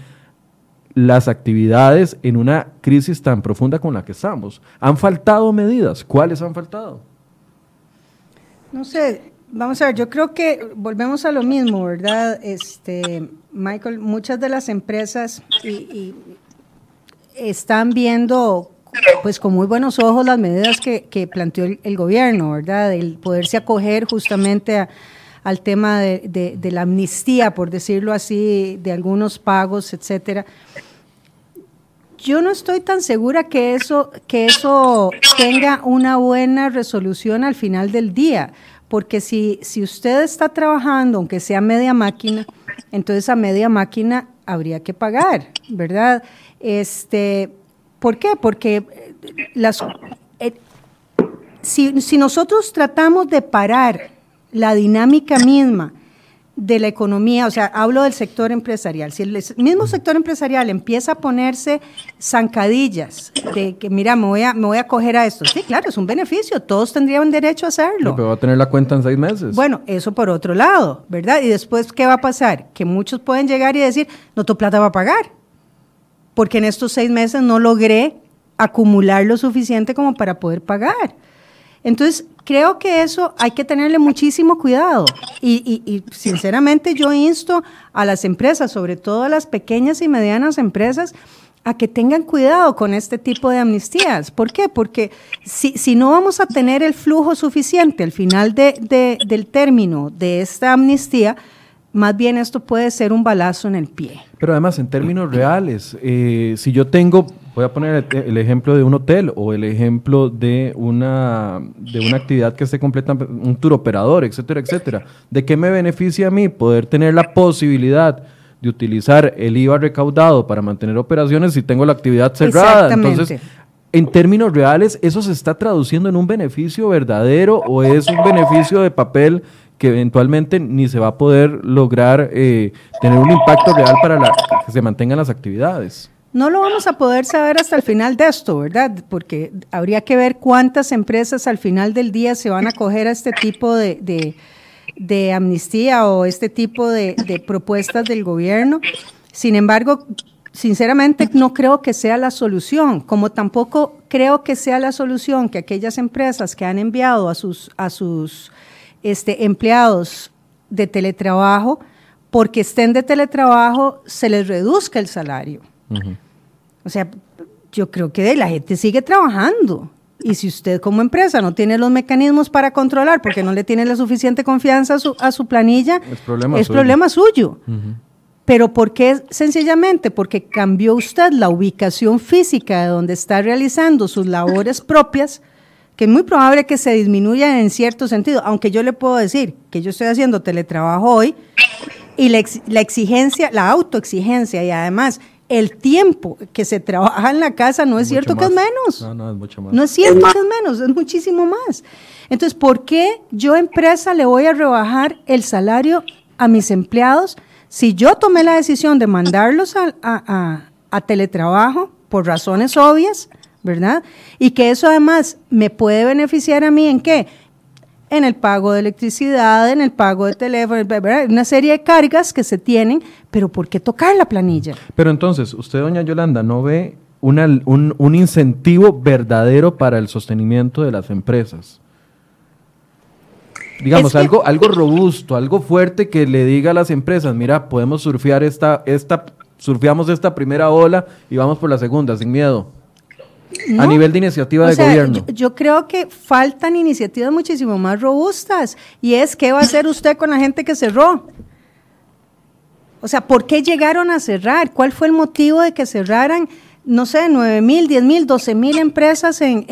las actividades en una crisis tan profunda con la que estamos? ¿Han faltado medidas? ¿Cuáles han faltado? No sé, vamos a ver, yo creo que volvemos a lo mismo, ¿verdad? Michael, muchas de las empresas y están viendo pues con muy buenos ojos las medidas que planteó el gobierno, ¿verdad? El poderse acoger justamente al tema de la amnistía, por decirlo así, de algunos pagos, etcétera. Yo no estoy tan segura que eso tenga una buena resolución al final del día, porque si usted está trabajando, aunque sea media máquina, entonces a media máquina habría que pagar, ¿verdad? ¿Por qué? Porque si nosotros tratamos de parar la dinámica misma de la economía, o sea, hablo del sector empresarial, si el mismo sector empresarial empieza a ponerse zancadillas de que, mira, me voy a coger a esto, sí, claro, es un beneficio, todos tendrían derecho a hacerlo. Pero va a tener la cuenta en 6 meses. Bueno, eso por otro lado, ¿verdad? Y después, ¿qué va a pasar? Que muchos pueden llegar y decir, no, tu plata va a pagar, porque en estos 6 meses no logré acumular lo suficiente como para poder pagar. Entonces, creo que eso hay que tenerle muchísimo cuidado y sinceramente yo insto a las empresas, sobre todo a las pequeñas y medianas empresas, a que tengan cuidado con este tipo de amnistías. ¿Por qué? Porque si no vamos a tener el flujo suficiente al final del término de esta amnistía, más bien esto puede ser un balazo en el pie. Pero además, en términos reales, si yo tengo, voy a poner el ejemplo de un hotel o el ejemplo de una actividad que esté completamente, un tour operador, etcétera, etcétera, ¿de qué me beneficia a mí poder tener la posibilidad de utilizar el IVA recaudado para mantener operaciones si tengo la actividad cerrada? Entonces, en términos reales, ¿eso se está traduciendo en un beneficio verdadero o es un beneficio de papel que eventualmente ni se va a poder lograr tener un impacto real para que se mantengan las actividades? No lo vamos a poder saber hasta el final de esto, ¿verdad? Porque habría que ver cuántas empresas al final del día se van a acoger a este tipo de amnistía o este tipo de propuestas del gobierno. Sin embargo, sinceramente no creo que sea la solución, como tampoco creo que sea la solución que aquellas empresas que han enviado a sus empleados de teletrabajo, porque estén de teletrabajo, se les reduzca el salario. Uh-huh. O sea, yo creo que la gente sigue trabajando Y si usted como empresa no tiene los mecanismos para controlar porque no le tiene la suficiente confianza a su planilla, es problema suyo. Uh-huh. ¿Pero por qué? Sencillamente porque cambió usted la ubicación física de donde está realizando sus labores propias, que es muy probable que se disminuyan en cierto sentido, aunque yo le puedo decir que yo estoy haciendo teletrabajo hoy y la exigencia, la autoexigencia y además el tiempo que se trabaja en la casa no es cierto que es menos. No, es mucho más. No es cierto que es menos, es muchísimo más. Entonces, ¿por qué yo, empresa, le voy a rebajar el salario a mis empleados si yo tomé la decisión de mandarlos a teletrabajo por razones obvias, ¿verdad? Y que eso además me puede beneficiar a mí ¿en qué? En el pago de electricidad, en el pago de teléfono, ¿verdad? Una serie de cargas que se tienen, pero ¿por qué tocar la planilla? Pero entonces, usted, doña Yolanda, ¿no ve un incentivo verdadero para el sostenimiento de las empresas? Digamos, algo robusto, algo fuerte que le diga a las empresas, mira, podemos surfear surfeamos esta primera ola y vamos por la segunda, sin miedo. No, a nivel de iniciativa de gobierno. Yo creo que faltan iniciativas muchísimo más robustas. Y es, ¿qué va a hacer usted con la gente que cerró? O sea, ¿por qué llegaron a cerrar? ¿Cuál fue el motivo de que cerraran, no sé, 9,000, 10,000, 12,000 empresas en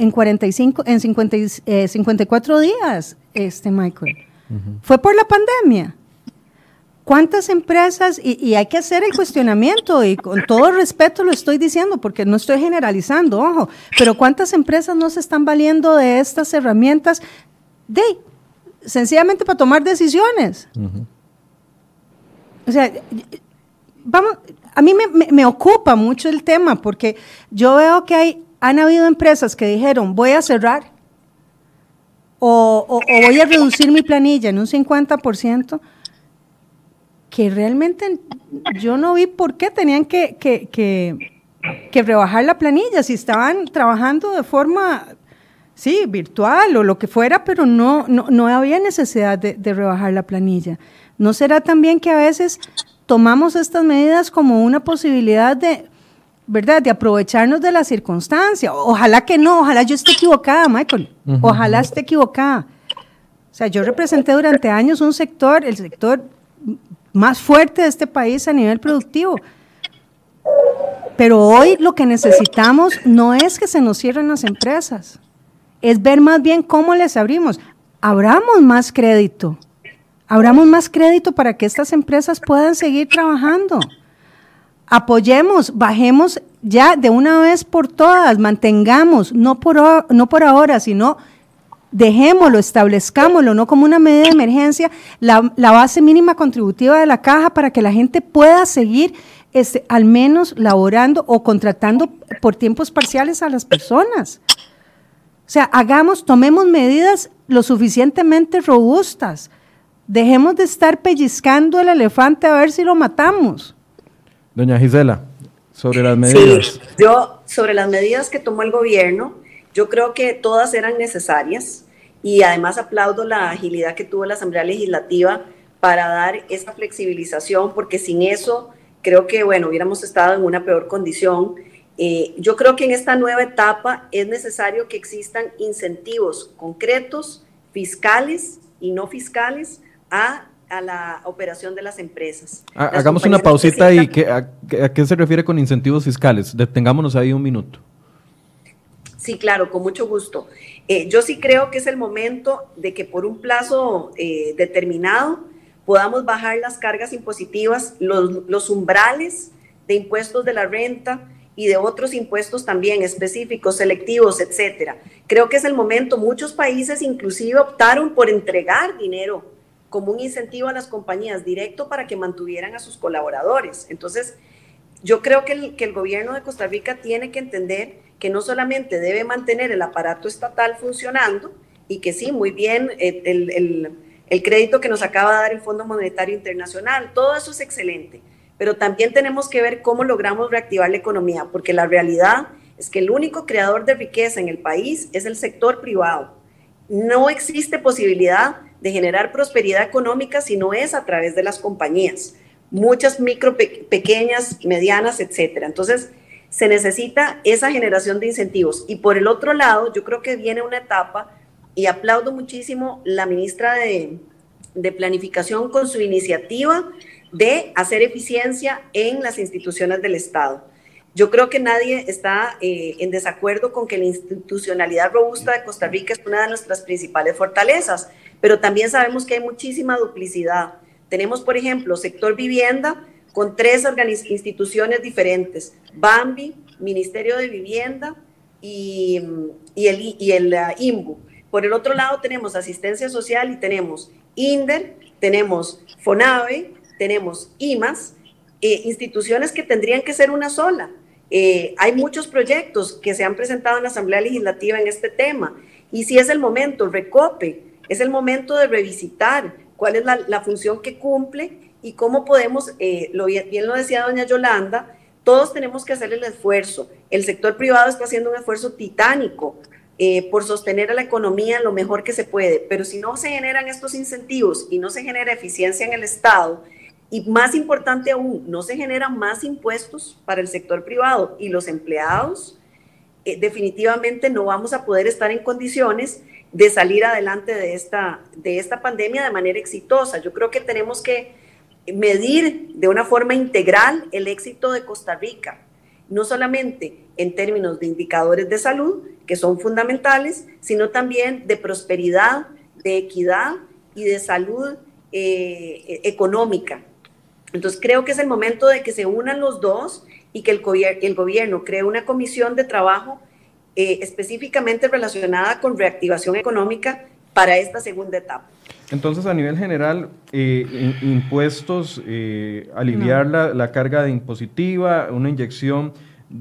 54 días, Michael? Uh-huh. Fue por la pandemia. ¿Cuántas empresas? Y hay que hacer el cuestionamiento, y con todo respeto lo estoy diciendo, porque no estoy generalizando, ojo, pero ¿cuántas empresas no se están valiendo de estas herramientas sencillamente para tomar decisiones? Uh-huh. O sea, a mí me ocupa mucho el tema, porque yo veo que han habido empresas que dijeron, voy a cerrar, o voy a reducir mi planilla en un 50%, que realmente yo no vi por qué tenían que rebajar la planilla, si estaban trabajando de forma, sí, virtual o lo que fuera, pero no había necesidad de rebajar la planilla. ¿No será también que a veces tomamos estas medidas como una posibilidad ¿verdad?, de aprovecharnos de la circunstancia? Ojalá que no, ojalá yo esté equivocada, Michael, uh-huh. Ojalá esté equivocada. O sea, yo representé durante años el sector más fuerte de este país a nivel productivo. Pero hoy lo que necesitamos no es que se nos cierren las empresas, es ver más bien cómo les abrimos. Abramos más crédito para que estas empresas puedan seguir trabajando. Apoyemos, bajemos ya de una vez por todas, mantengamos, no por ahora, sino dejémoslo, establezcámoslo, no como una medida de emergencia, la base mínima contributiva de la caja para que la gente pueda seguir al menos laborando o contratando por tiempos parciales a las personas. O sea, tomemos medidas lo suficientemente robustas. Dejemos de estar pellizcando el elefante a ver si lo matamos. Doña Gisela, sobre las medidas. Sí, sobre las medidas que tomó el gobierno, yo creo que todas eran necesarias y además aplaudo la agilidad que tuvo la Asamblea Legislativa para dar esa flexibilización, porque sin eso creo que, hubiéramos estado en una peor condición. Yo creo que en esta nueva etapa es necesario que existan incentivos concretos, fiscales y no fiscales, a la operación de las empresas. Hagamos una pausita y ¿a qué se refiere con incentivos fiscales? Detengámonos ahí un minuto. Sí, claro, con mucho gusto. Yo sí creo que es el momento de que por un plazo determinado podamos bajar las cargas impositivas, los umbrales de impuestos de la renta y de otros impuestos también específicos, selectivos, etcétera. Creo que es el momento. Muchos países inclusive optaron por entregar dinero como un incentivo a las compañías directo para que mantuvieran a sus colaboradores. Entonces, yo creo que el gobierno de Costa Rica tiene que entender que no solamente debe mantener el aparato estatal funcionando, y que sí, muy bien, el crédito que nos acaba de dar el Fondo Monetario Internacional, todo eso es excelente, pero también tenemos que ver cómo logramos reactivar la economía, porque la realidad es que el único creador de riqueza en el país es el sector privado. No existe posibilidad de generar prosperidad económica si no es a través de las compañías, muchas pequeñas, medianas, etcétera. Entonces, se necesita esa generación de incentivos. Y por el otro lado, yo creo que viene una etapa, y aplaudo muchísimo la ministra de Planificación con su iniciativa de hacer eficiencia en las instituciones del Estado. Yo creo que nadie está en desacuerdo con que la institucionalidad robusta de Costa Rica es una de nuestras principales fortalezas, pero también sabemos que hay muchísima duplicidad. Tenemos, por ejemplo, sector vivienda con 3 instituciones diferentes: Bambi, Ministerio de Vivienda y el INBU. Por el otro lado tenemos asistencia social y tenemos INDER, tenemos FONAVE, tenemos IMAS, instituciones que tendrían que ser una sola. Hay muchos proyectos que se han presentado en la Asamblea Legislativa en este tema, y si es el momento, Recope, es el momento de revisitar cuál es la función que cumple y cómo podemos, bien lo decía doña Yolanda, todos tenemos que hacer el esfuerzo. El sector privado está haciendo un esfuerzo titánico por sostener a la economía lo mejor que se puede, pero si no se generan estos incentivos y no se genera eficiencia en el Estado, y más importante aún, no se generan más impuestos para el sector privado y los empleados, definitivamente no vamos a poder estar en condiciones de salir adelante de esta pandemia de manera exitosa. Yo creo que tenemos que medir de una forma integral el éxito de Costa Rica, no solamente en términos de indicadores de salud, que son fundamentales, sino también de prosperidad, de equidad y de salud económica. Entonces creo que es el momento de que se unan los dos y que el gobierno cree una comisión de trabajo específicamente relacionada con reactivación económica para esta segunda etapa. Entonces, a nivel general, impuestos, aliviar la carga impositiva, una inyección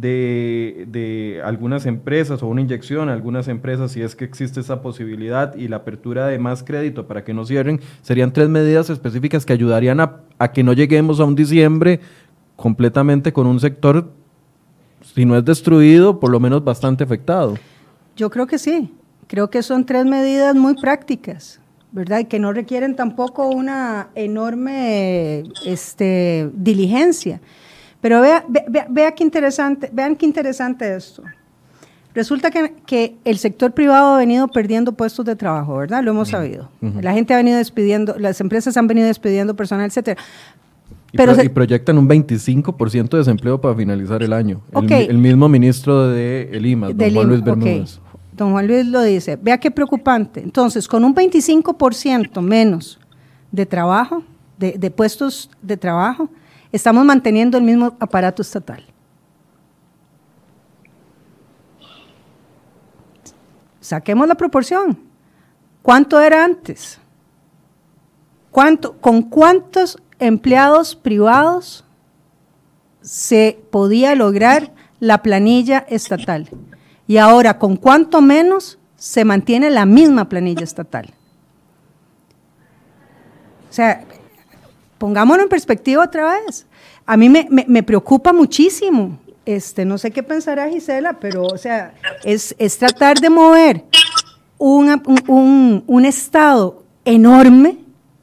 de algunas empresas o una inyección a algunas empresas, si es que existe esa posibilidad, y la apertura de más crédito para que no cierren, serían 3 medidas específicas que ayudarían a que no lleguemos a un diciembre completamente con un sector, si no es destruido, por lo menos bastante afectado. Yo creo que sí, creo que son 3 medidas muy prácticas, ¿verdad? Y que no requieren tampoco una enorme diligencia. Pero vean qué interesante esto. Resulta que el sector privado ha venido perdiendo puestos de trabajo, ¿verdad? Lo hemos sabido. La gente ha venido despidiendo, las empresas han venido despidiendo personal, etcétera. Y proyectan un 25% de desempleo para finalizar el año. Okay. El mismo ministro del IMAS, don Juan Luis Bermúdez. Okay. Don Juan Luis lo dice. Vea qué preocupante. Entonces, con un 25% menos de trabajo, de puestos de trabajo, estamos manteniendo el mismo aparato estatal. Saquemos la proporción. ¿Cuánto era antes? ¿Con cuántos empleados privados se podía lograr la planilla estatal? Y ahora, ¿con cuánto menos se mantiene la misma planilla estatal? O sea, pongámonos en perspectiva otra vez. A mí me preocupa muchísimo. No sé qué pensará Gisela, pero o sea, es tratar de mover un estado enorme,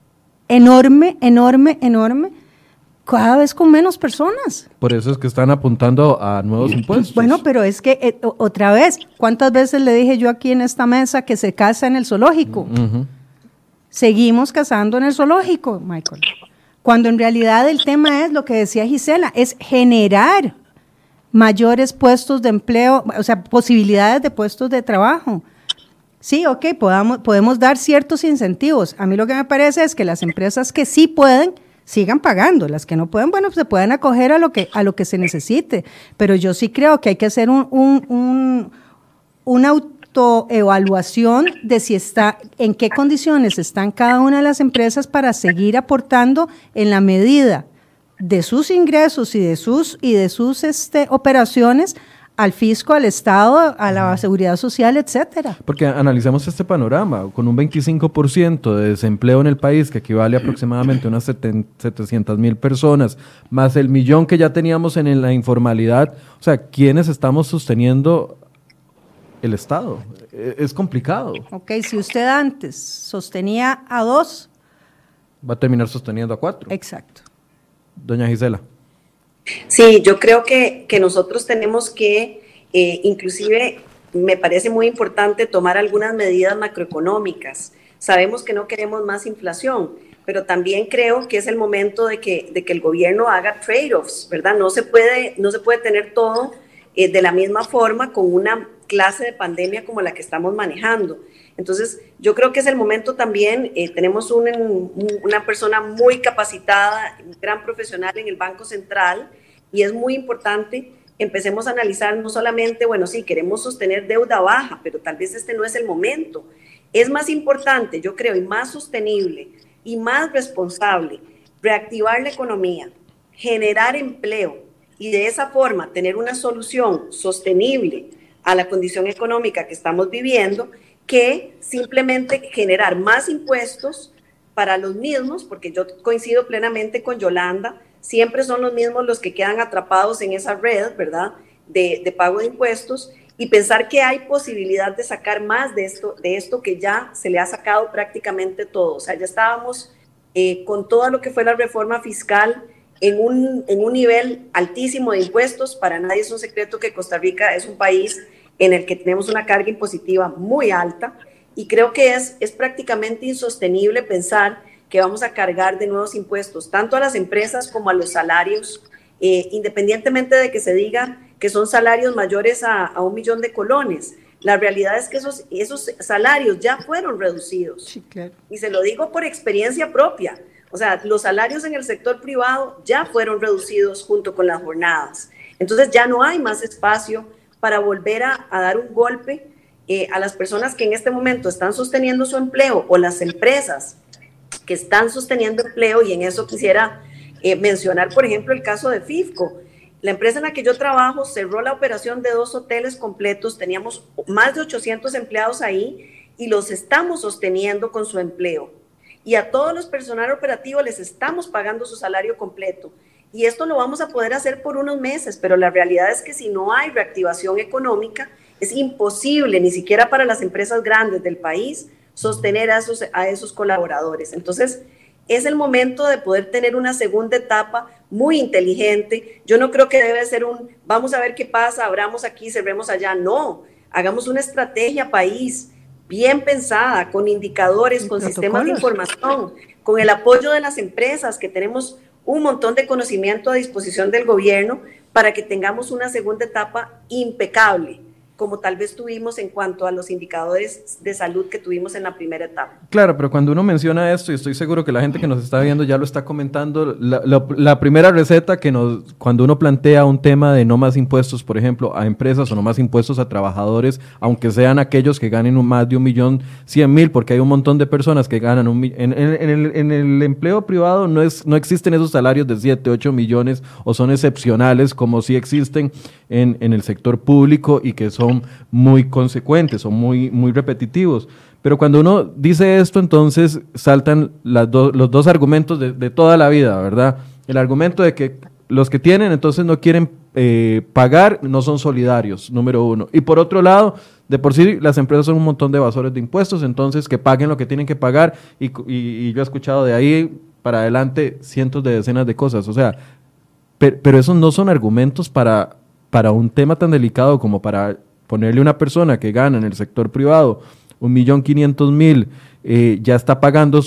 cada vez con menos personas. Por eso es que están apuntando a nuevos impuestos. Bueno, pero es que, otra vez, ¿cuántas veces le dije yo aquí en esta mesa que se casa en el zoológico? Seguimos cazando en el zoológico, Michael. Cuando en realidad el tema es lo que decía Gisela, es generar mayores puestos de empleo, o sea, posibilidades de puestos de trabajo. Sí, ok, podemos dar ciertos incentivos. A mí lo que me parece es que las empresas que sí pueden, sigan pagando. Las que no pueden, bueno, pues se pueden acoger a lo que se necesite. Pero yo sí creo que hay que hacer una autoevaluación de en qué condiciones están cada una de las empresas para seguir aportando en la medida de sus ingresos y de sus operaciones al fisco, al Estado, a la seguridad social, etcétera. Porque analicemos este panorama, con un 25% de desempleo en el país, que equivale aproximadamente a unas 700,000 personas, más el 1,000,000 que ya teníamos en la informalidad, o sea, ¿quiénes estamos sosteniendo el Estado? Es complicado. Ok, si usted antes sostenía a 2, va a terminar sosteniendo a 4. Exacto. Doña Gisela. Sí, yo creo que nosotros tenemos que, inclusive, me parece muy importante tomar algunas medidas macroeconómicas. Sabemos que no queremos más inflación, pero también creo que es el momento de que el gobierno haga trade-offs, ¿verdad? No se puede tener todo de la misma forma con una clase de pandemia como la que estamos manejando. Entonces, yo creo que es el momento también, tenemos una persona muy capacitada, un gran profesional en el Banco Central, y es muy importante empecemos a analizar no solamente, bueno, sí, queremos sostener deuda baja, pero tal vez este no es el momento. Es más importante, yo creo, y más sostenible y más responsable, reactivar la economía, generar empleo y de esa forma tener una solución sostenible a la condición económica que estamos viviendo, que simplemente generar más impuestos para los mismos, porque yo coincido plenamente con Yolanda, siempre son los mismos los que quedan atrapados en esa red, ¿verdad?, de pago de impuestos, y pensar que hay posibilidad de sacar más de esto que ya se le ha sacado prácticamente todo. O sea, ya estábamos con todo lo que fue la reforma fiscal en un nivel altísimo de impuestos. Para nadie es un secreto que Costa Rica es un país en el que tenemos una carga impositiva muy alta, y creo que es prácticamente insostenible pensar que vamos a cargar de nuevos impuestos, tanto a las empresas como a los salarios, independientemente de que se diga que son salarios mayores a 1 millón de colones. La realidad es que esos salarios ya fueron reducidos. Sí, claro. Y se lo digo por experiencia propia. O sea, los salarios en el sector privado ya fueron reducidos junto con las jornadas. Entonces ya no hay más espacio para volver a dar un golpe a las personas que en este momento están sosteniendo su empleo, o las empresas que están sosteniendo empleo, y en eso quisiera mencionar, por ejemplo, el caso de FIFCO. La empresa en la que yo trabajo cerró la operación de 2 hoteles completos, teníamos más de 800 empleados ahí y los estamos sosteniendo con su empleo. Y a todos los personal operativo les estamos pagando su salario completo. Y esto lo vamos a poder hacer por unos meses, pero la realidad es que si no hay reactivación económica, es imposible, ni siquiera para las empresas grandes del país, sostener a esos colaboradores. Entonces, es el momento de poder tener una segunda etapa muy inteligente. Yo no creo que debe ser vamos a ver qué pasa, abramos aquí, cerremos allá. No, hagamos una estrategia país bien pensada, con indicadores, con sistemas de información, con el apoyo de las empresas, que tenemos un montón de conocimiento a disposición del gobierno para que tengamos una segunda etapa impecable, como tal vez tuvimos en cuanto a los indicadores de salud que tuvimos en la primera etapa. Claro, pero cuando uno menciona esto, y estoy seguro que la gente que nos está viendo ya lo está comentando, la primera receta cuando uno plantea un tema de no más impuestos, por ejemplo, a empresas, o no más impuestos a trabajadores, aunque sean aquellos que ganen más de 1.100.000, porque hay un montón de personas que ganan en el empleo privado no existen esos salarios de 7, 8 millones, o son excepcionales, como sí existen en el sector público, y que son muy consecuentes, son muy, muy repetitivos. Pero cuando uno dice esto, entonces saltan los dos argumentos de toda la vida, ¿verdad? El argumento de que los que tienen entonces no quieren pagar, no son solidarios, número uno. Y por otro lado, de por sí las empresas son un montón de evasores de impuestos, entonces que paguen lo que tienen que pagar, y yo he escuchado de ahí para adelante cientos de decenas de cosas. O sea, pero esos no son argumentos para un tema tan delicado como para ponerle a una persona que gana en el sector privado 1.500.000, ya está pagando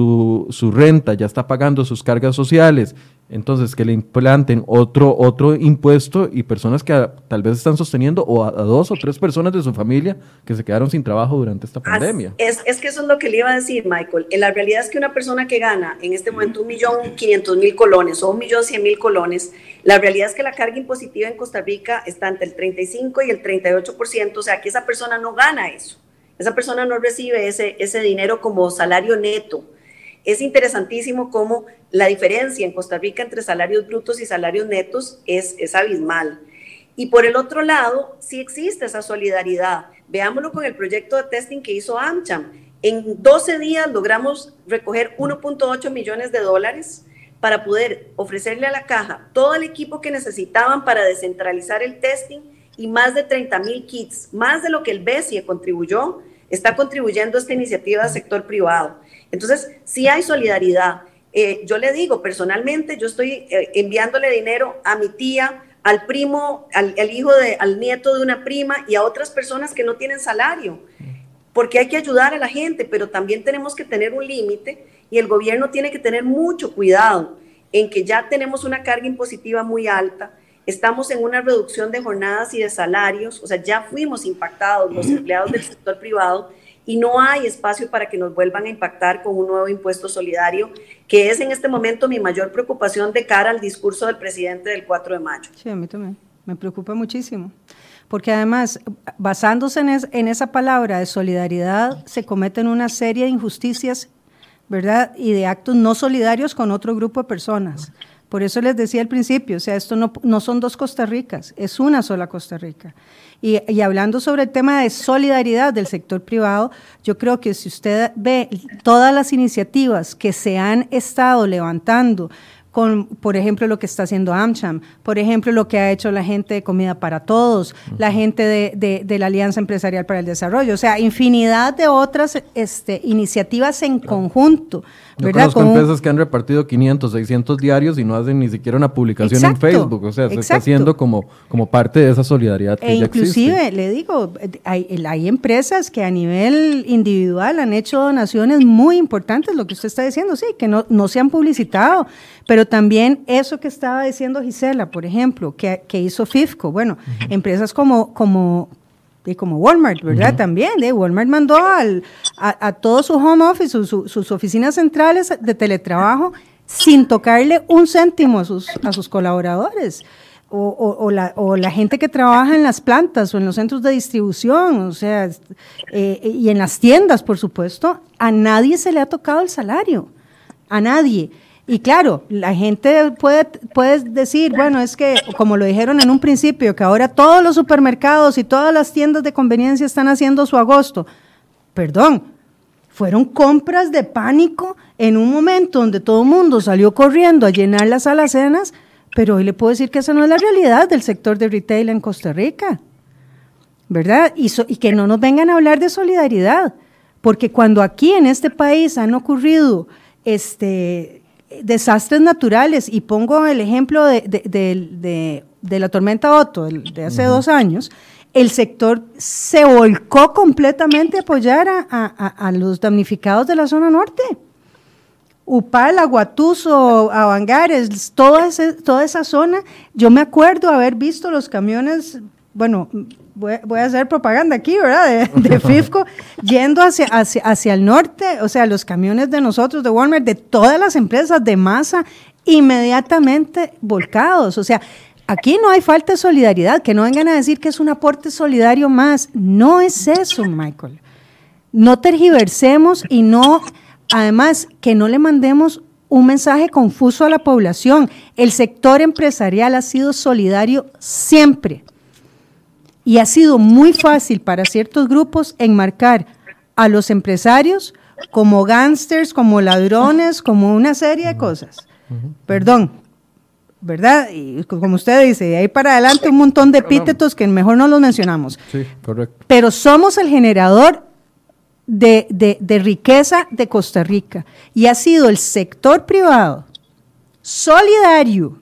su renta, ya está pagando sus cargas sociales, entonces que le implanten otro impuesto, y personas que tal vez están sosteniendo o a 2 o 3 personas de su familia que se quedaron sin trabajo durante esta pandemia. Es que eso es lo que le iba a decir, Michael. La realidad es que una persona que gana en este momento 1.500.000 colones o 1.100.000 colones, la realidad es que la carga impositiva en Costa Rica está entre el 35 y el 38%, o sea que esa persona no gana eso. Esa persona no recibe ese dinero como salario neto. Es interesantísimo cómo la diferencia en Costa Rica entre salarios brutos y salarios netos es abismal. Y por el otro lado, sí existe esa solidaridad. Veámoslo con el proyecto de testing que hizo AmCham. En 12 días logramos recoger 1.8 millones de dólares para poder ofrecerle a la caja todo el equipo que necesitaban para descentralizar el testing, y más de 30,000 kits, más de lo que el BESIE contribuyó, está contribuyendo a esta iniciativa del sector privado. Entonces, sí hay solidaridad. Yo le digo, personalmente, yo estoy enviándole dinero a mi tía, al primo, al nieto de una prima y a otras personas que no tienen salario, porque hay que ayudar a la gente, pero también tenemos que tener un límite y el gobierno tiene que tener mucho cuidado en que ya tenemos una carga impositiva muy alta, estamos en una reducción de jornadas y de salarios, o sea, ya fuimos impactados los empleados del sector privado y no hay espacio para que nos vuelvan a impactar con un nuevo impuesto solidario, que es en este momento mi mayor preocupación de cara al discurso del presidente del 4 de mayo. Sí, a mí también, me preocupa muchísimo, porque además, basándose en esa palabra de solidaridad, se cometen una serie de injusticias, ¿verdad? Y de actos no solidarios con otro grupo de personas. Por eso les decía al principio, o sea, esto no son dos Costa Ricas, es una sola Costa Rica. Y hablando sobre el tema de solidaridad del sector privado, yo creo que si usted ve todas las iniciativas que se han estado levantando, con, por ejemplo, lo que está haciendo AmCham, por ejemplo, lo que ha hecho la gente de Comida para Todos, la gente de la Alianza Empresarial para el Desarrollo, o sea, infinidad de otras iniciativas en conjunto, ¿verdad? Yo conozco empresas que han repartido 500, 600 diarios y no hacen ni siquiera una publicación en Facebook, o sea, se está haciendo como parte de esa solidaridad que ya inclusive, existe. le digo, hay empresas que a nivel individual han hecho donaciones muy importantes, lo que usted está diciendo, sí, que no se han publicitado, pero también eso que estaba diciendo Gisela, por ejemplo, que hizo FIFCO, bueno, empresas como Walmart, ¿verdad? También, Walmart mandó a todo su home office, sus oficinas centrales de teletrabajo, sin tocarle un céntimo a sus colaboradores, o la gente que trabaja en las plantas o en los centros de distribución, o sea, y en las tiendas, por supuesto, a nadie se le ha tocado el salario, a nadie. Y claro, la gente puede decir, bueno, es que, como lo dijeron en un principio, que ahora todos los supermercados y todas las tiendas de conveniencia están haciendo su agosto. Perdón, fueron compras de pánico en un momento donde todo el mundo salió corriendo a llenar las alacenas, pero hoy le puedo decir que esa no es la realidad del sector de retail en Costa Rica, ¿verdad? Y que no nos vengan a hablar de solidaridad, porque cuando aquí en este país han ocurrido desastres naturales, y pongo el ejemplo de la tormenta Otto de hace 2 años, el sector se volcó completamente a apoyar a los damnificados de la zona norte. Upala, Guatuso, Avangares, toda esa zona. Yo me acuerdo haber visto los camiones, bueno, voy a hacer propaganda aquí, ¿verdad? De FIFCO, yendo hacia el norte, o sea, los camiones de nosotros, de Walmart, de todas las empresas de masa, inmediatamente volcados. O sea, aquí no hay falta de solidaridad, que no vengan a decir que es un aporte solidario más. No es eso, Michael. No tergiversemos y además, que no le mandemos un mensaje confuso a la población. El sector empresarial ha sido solidario siempre. Y ha sido muy fácil para ciertos grupos enmarcar a los empresarios como gángsters, como ladrones, como una serie de cosas. Perdón, ¿verdad? Y como usted dice, de ahí para adelante un montón de epítetos que mejor no los mencionamos. Sí, correcto. Pero somos el generador de riqueza de Costa Rica. Y ha sido el sector privado solidario,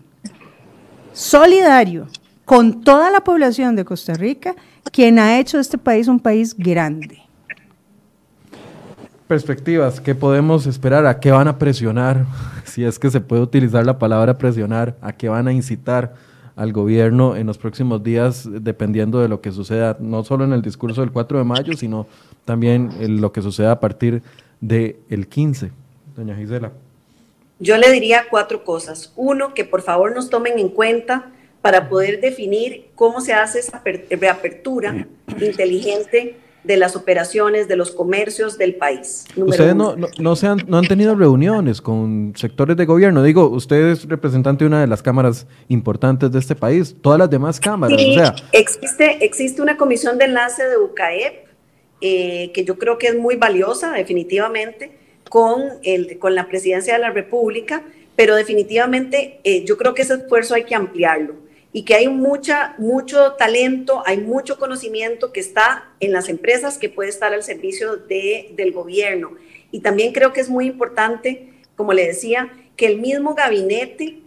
con toda la población de Costa Rica, quien ha hecho este país un país grande. Perspectivas, ¿qué podemos esperar? ¿A qué van a presionar? Si es que se puede utilizar la palabra presionar, ¿a qué van a incitar al gobierno en los próximos días, dependiendo de lo que suceda, no solo en el discurso del 4 de mayo, sino también en lo que suceda a partir del 15? Doña Gisela. Yo le diría 4 cosas. 1, que por favor nos tomen en cuenta para poder definir cómo se hace esa reapertura inteligente de las operaciones, de los comercios del país. Ustedes no han tenido reuniones con sectores de gobierno. Digo, usted es representante de una de las cámaras importantes de este país, todas las demás cámaras. Sí, o sea, existe una comisión de enlace de UCAEP, que yo creo que es muy valiosa, definitivamente, con la Presidencia de la República, pero definitivamente yo creo que ese esfuerzo hay que ampliarlo. Y que hay mucho talento, hay mucho conocimiento que está en las empresas, que puede estar al servicio del gobierno. Y también creo que es muy importante como le decía, que el mismo gabinete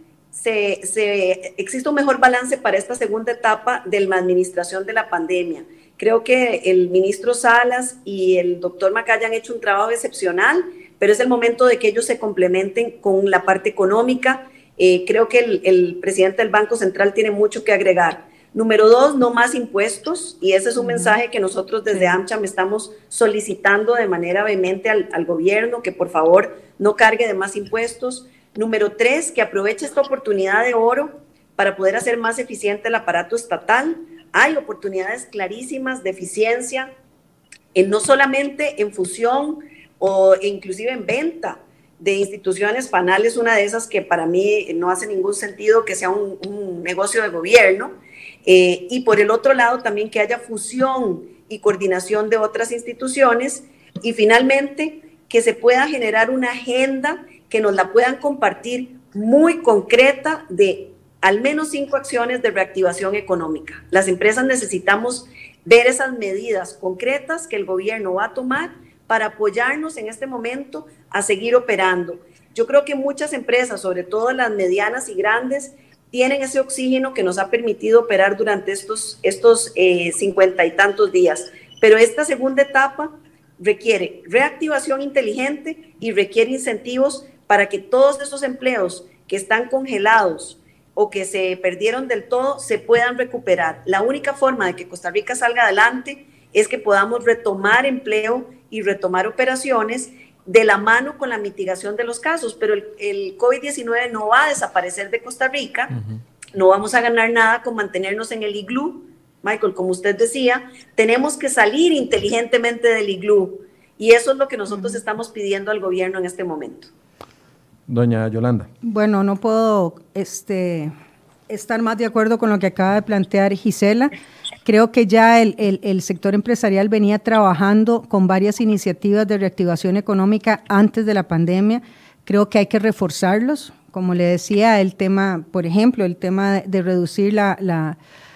existe un mejor balance para esta segunda etapa de la administración de la pandemia. Creo que el ministro Salas y el doctor Macaya han hecho un trabajo excepcional, pero es el momento de que ellos se complementen con la parte económica. Creo que el presidente del Banco Central tiene mucho que agregar. Número 2, no más impuestos, y ese es un mensaje que nosotros desde AmCham estamos solicitando de manera vehemente al gobierno, que por favor no cargue de más impuestos. Número 3, que aproveche esta oportunidad de oro para poder hacer más eficiente el aparato estatal. Hay oportunidades clarísimas de eficiencia, no solamente en fusión o inclusive en venta de instituciones. FANAL es una de esas que para mí no hace ningún sentido que sea un negocio de gobierno. Y por el otro lado también que haya fusión y coordinación de otras instituciones, y finalmente que se pueda generar una agenda que nos la puedan compartir muy concreta de al menos 5 acciones de reactivación económica. Las empresas necesitamos ver esas medidas concretas que el gobierno va a tomar para apoyarnos en este momento a seguir operando. Yo creo que muchas empresas, sobre todo las medianas y grandes, tienen ese oxígeno que nos ha permitido operar durante estos 50 y tantos días. Pero esta segunda etapa requiere reactivación inteligente y requiere incentivos para que todos esos empleos que están congelados o que se perdieron del todo se puedan recuperar. La única forma de que Costa Rica salga adelante es que podamos retomar empleo y retomar operaciones de la mano con la mitigación de los casos, pero el COVID-19 no va a desaparecer de Costa Rica. No vamos a ganar nada con mantenernos en el iglú. Michael, como usted decía, tenemos que salir inteligentemente del iglú, y eso es lo que nosotros estamos pidiendo al gobierno en este momento. Doña Yolanda. Bueno, no puedo estar más de acuerdo con lo que acaba de plantear Gisela. Creo que ya el sector empresarial venía trabajando con varias iniciativas de reactivación económica antes de la pandemia. Creo que hay que reforzarlos. Como le decía, el tema, por ejemplo, el tema de reducir la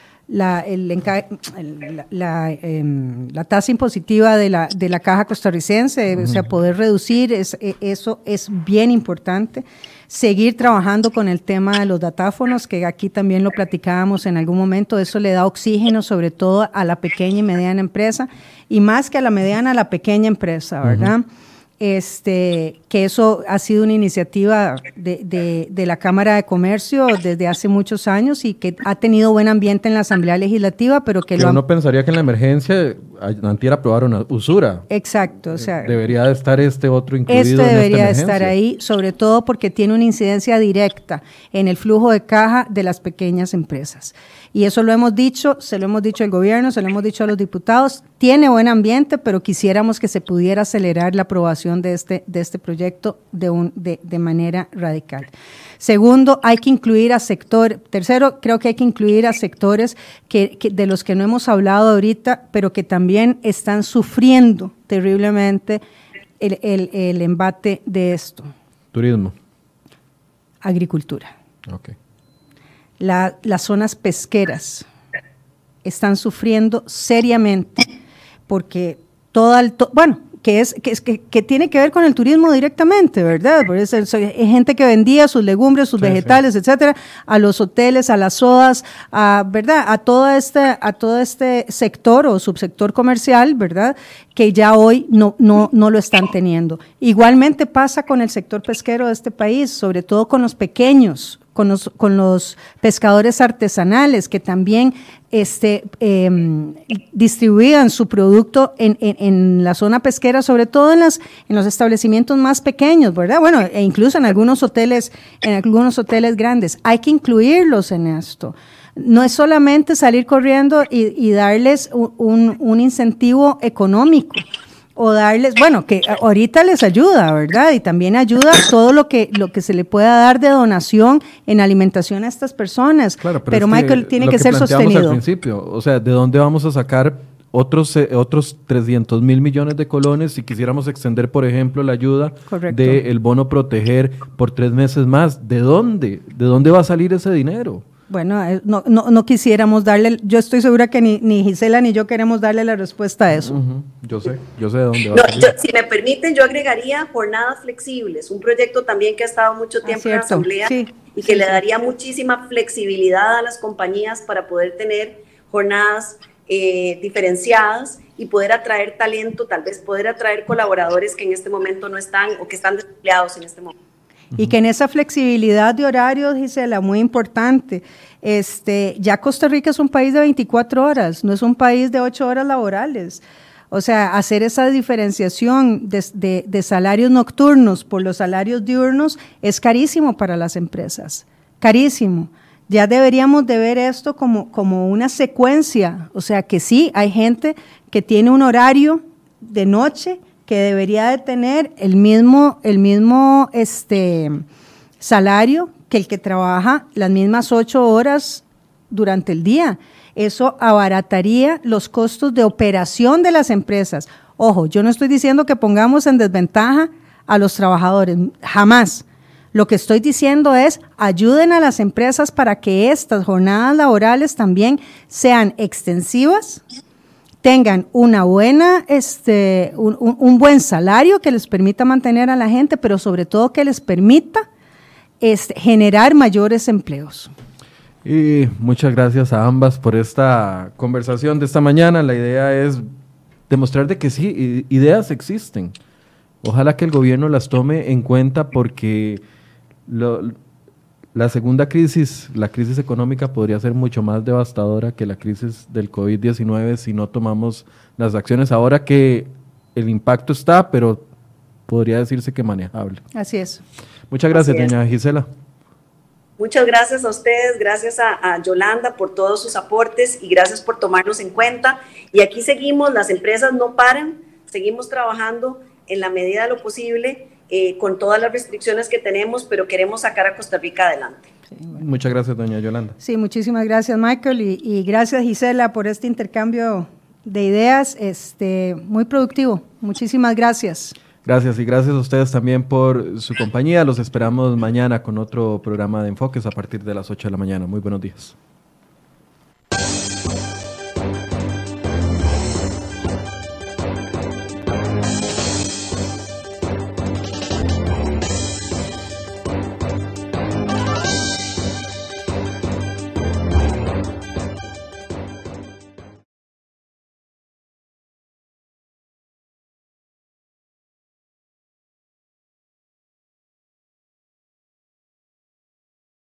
tasa impositiva de la caja costarricense, o sea, poder reducir, eso es bien importante. Seguir trabajando con el tema de los datáfonos, que aquí también lo platicábamos en algún momento. Eso le da oxígeno sobre todo a la pequeña y mediana empresa, y más que a la mediana, a la pequeña empresa, ¿verdad? Que eso ha sido una iniciativa de la Cámara de Comercio desde hace muchos años y que ha tenido buen ambiente en la Asamblea Legislativa, pero que uno pensaría que en la emergencia antier aprobaron una usura. Exacto, o sea, debería de estar otro incluido. Debería estar ahí, sobre todo porque tiene una incidencia directa en el flujo de caja de las pequeñas empresas. Y eso lo hemos dicho, se lo hemos dicho al gobierno, se lo hemos dicho a los diputados. Tiene buen ambiente, pero quisiéramos que se pudiera acelerar la aprobación de este proyecto de manera radical. Segundo, hay que incluir a tercero, creo que hay que incluir a sectores que de los que no hemos hablado ahorita, pero que también están sufriendo terriblemente el embate de esto. Turismo. Agricultura. Okay. Las zonas pesqueras están sufriendo seriamente porque que tiene que ver con el turismo directamente, ¿verdad? Por eso hay gente que vendía sus legumbres, sus vegetales, etcétera, a los hoteles, a las sodas, ¿verdad? A todo este sector o subsector comercial, ¿verdad? Que ya hoy no lo están teniendo. Igualmente pasa con el sector pesquero de este país, sobre todo con los pequeños, con los pescadores artesanales que también distribuían su producto en la zona pesquera, sobre todo en los establecimientos más pequeños, ¿verdad? Bueno, e incluso en algunos hoteles grandes. Hay que incluirlos en esto. No es solamente salir corriendo y darles un incentivo económico, o darles, que ahorita les ayuda, ¿verdad? Y también ayuda todo lo que se le pueda dar de donación en alimentación a estas personas. Claro, pero Michael, tiene que ser sostenido. Al principio, o sea, ¿de dónde vamos a sacar otros 300,000 millones de colones si quisiéramos extender, por ejemplo, la ayuda del bono proteger por 3 meses más? ¿De dónde va a salir ese dinero? Bueno, no quisiéramos darle, yo estoy segura que ni Gisela ni yo queremos darle la respuesta a eso. Yo sé de dónde va a salir. Si me permiten, yo agregaría jornadas flexibles, un proyecto también que ha estado mucho tiempo en la Asamblea y que le daría muchísima flexibilidad a las compañías para poder tener jornadas diferenciadas y poder atraer talento, tal vez poder atraer colaboradores que en este momento no están o que están desempleados en este momento. Y que en esa flexibilidad de horarios, Gisela, muy importante, ya Costa Rica es un país de 24 horas, no es un país de 8 horas laborales. O sea, hacer esa diferenciación de salarios nocturnos por los salarios diurnos es carísimo para las empresas, carísimo. Ya deberíamos de ver esto como una secuencia, o sea que sí, hay gente que tiene un horario de noche que debería de tener el mismo salario que el que trabaja las mismas 8 horas durante el día. Eso abarataría los costos de operación de las empresas. Ojo, yo no estoy diciendo que pongamos en desventaja a los trabajadores, jamás. Lo que estoy diciendo es, ayuden a las empresas para que estas jornadas laborales también sean extensivas, tengan una buena, un buen salario que les permita mantener a la gente, pero sobre todo que les permita generar mayores empleos. Y muchas gracias a ambas por esta conversación de esta mañana. La idea es demostrar de que sí, ideas existen. Ojalá que el gobierno las tome en cuenta porque la segunda crisis, la crisis económica, podría ser mucho más devastadora que la crisis del COVID-19 si no tomamos las acciones ahora que el impacto está, pero podría decirse que manejable. Así es. Muchas gracias, doña Gisela. Muchas gracias a ustedes, gracias a Yolanda por todos sus aportes y gracias por tomarnos en cuenta. Y aquí seguimos, las empresas no paran, seguimos trabajando en la medida de lo posible con todas las restricciones que tenemos, pero queremos sacar a Costa Rica adelante. Sí, bueno. Muchas gracias, doña Yolanda. Sí, muchísimas gracias, Michael, y gracias, Gisela, por este intercambio de ideas muy productivo. Muchísimas gracias. Gracias y gracias a ustedes también por su compañía. Los esperamos mañana con otro programa de Enfoques a partir de las 8 de la mañana. Muy buenos días.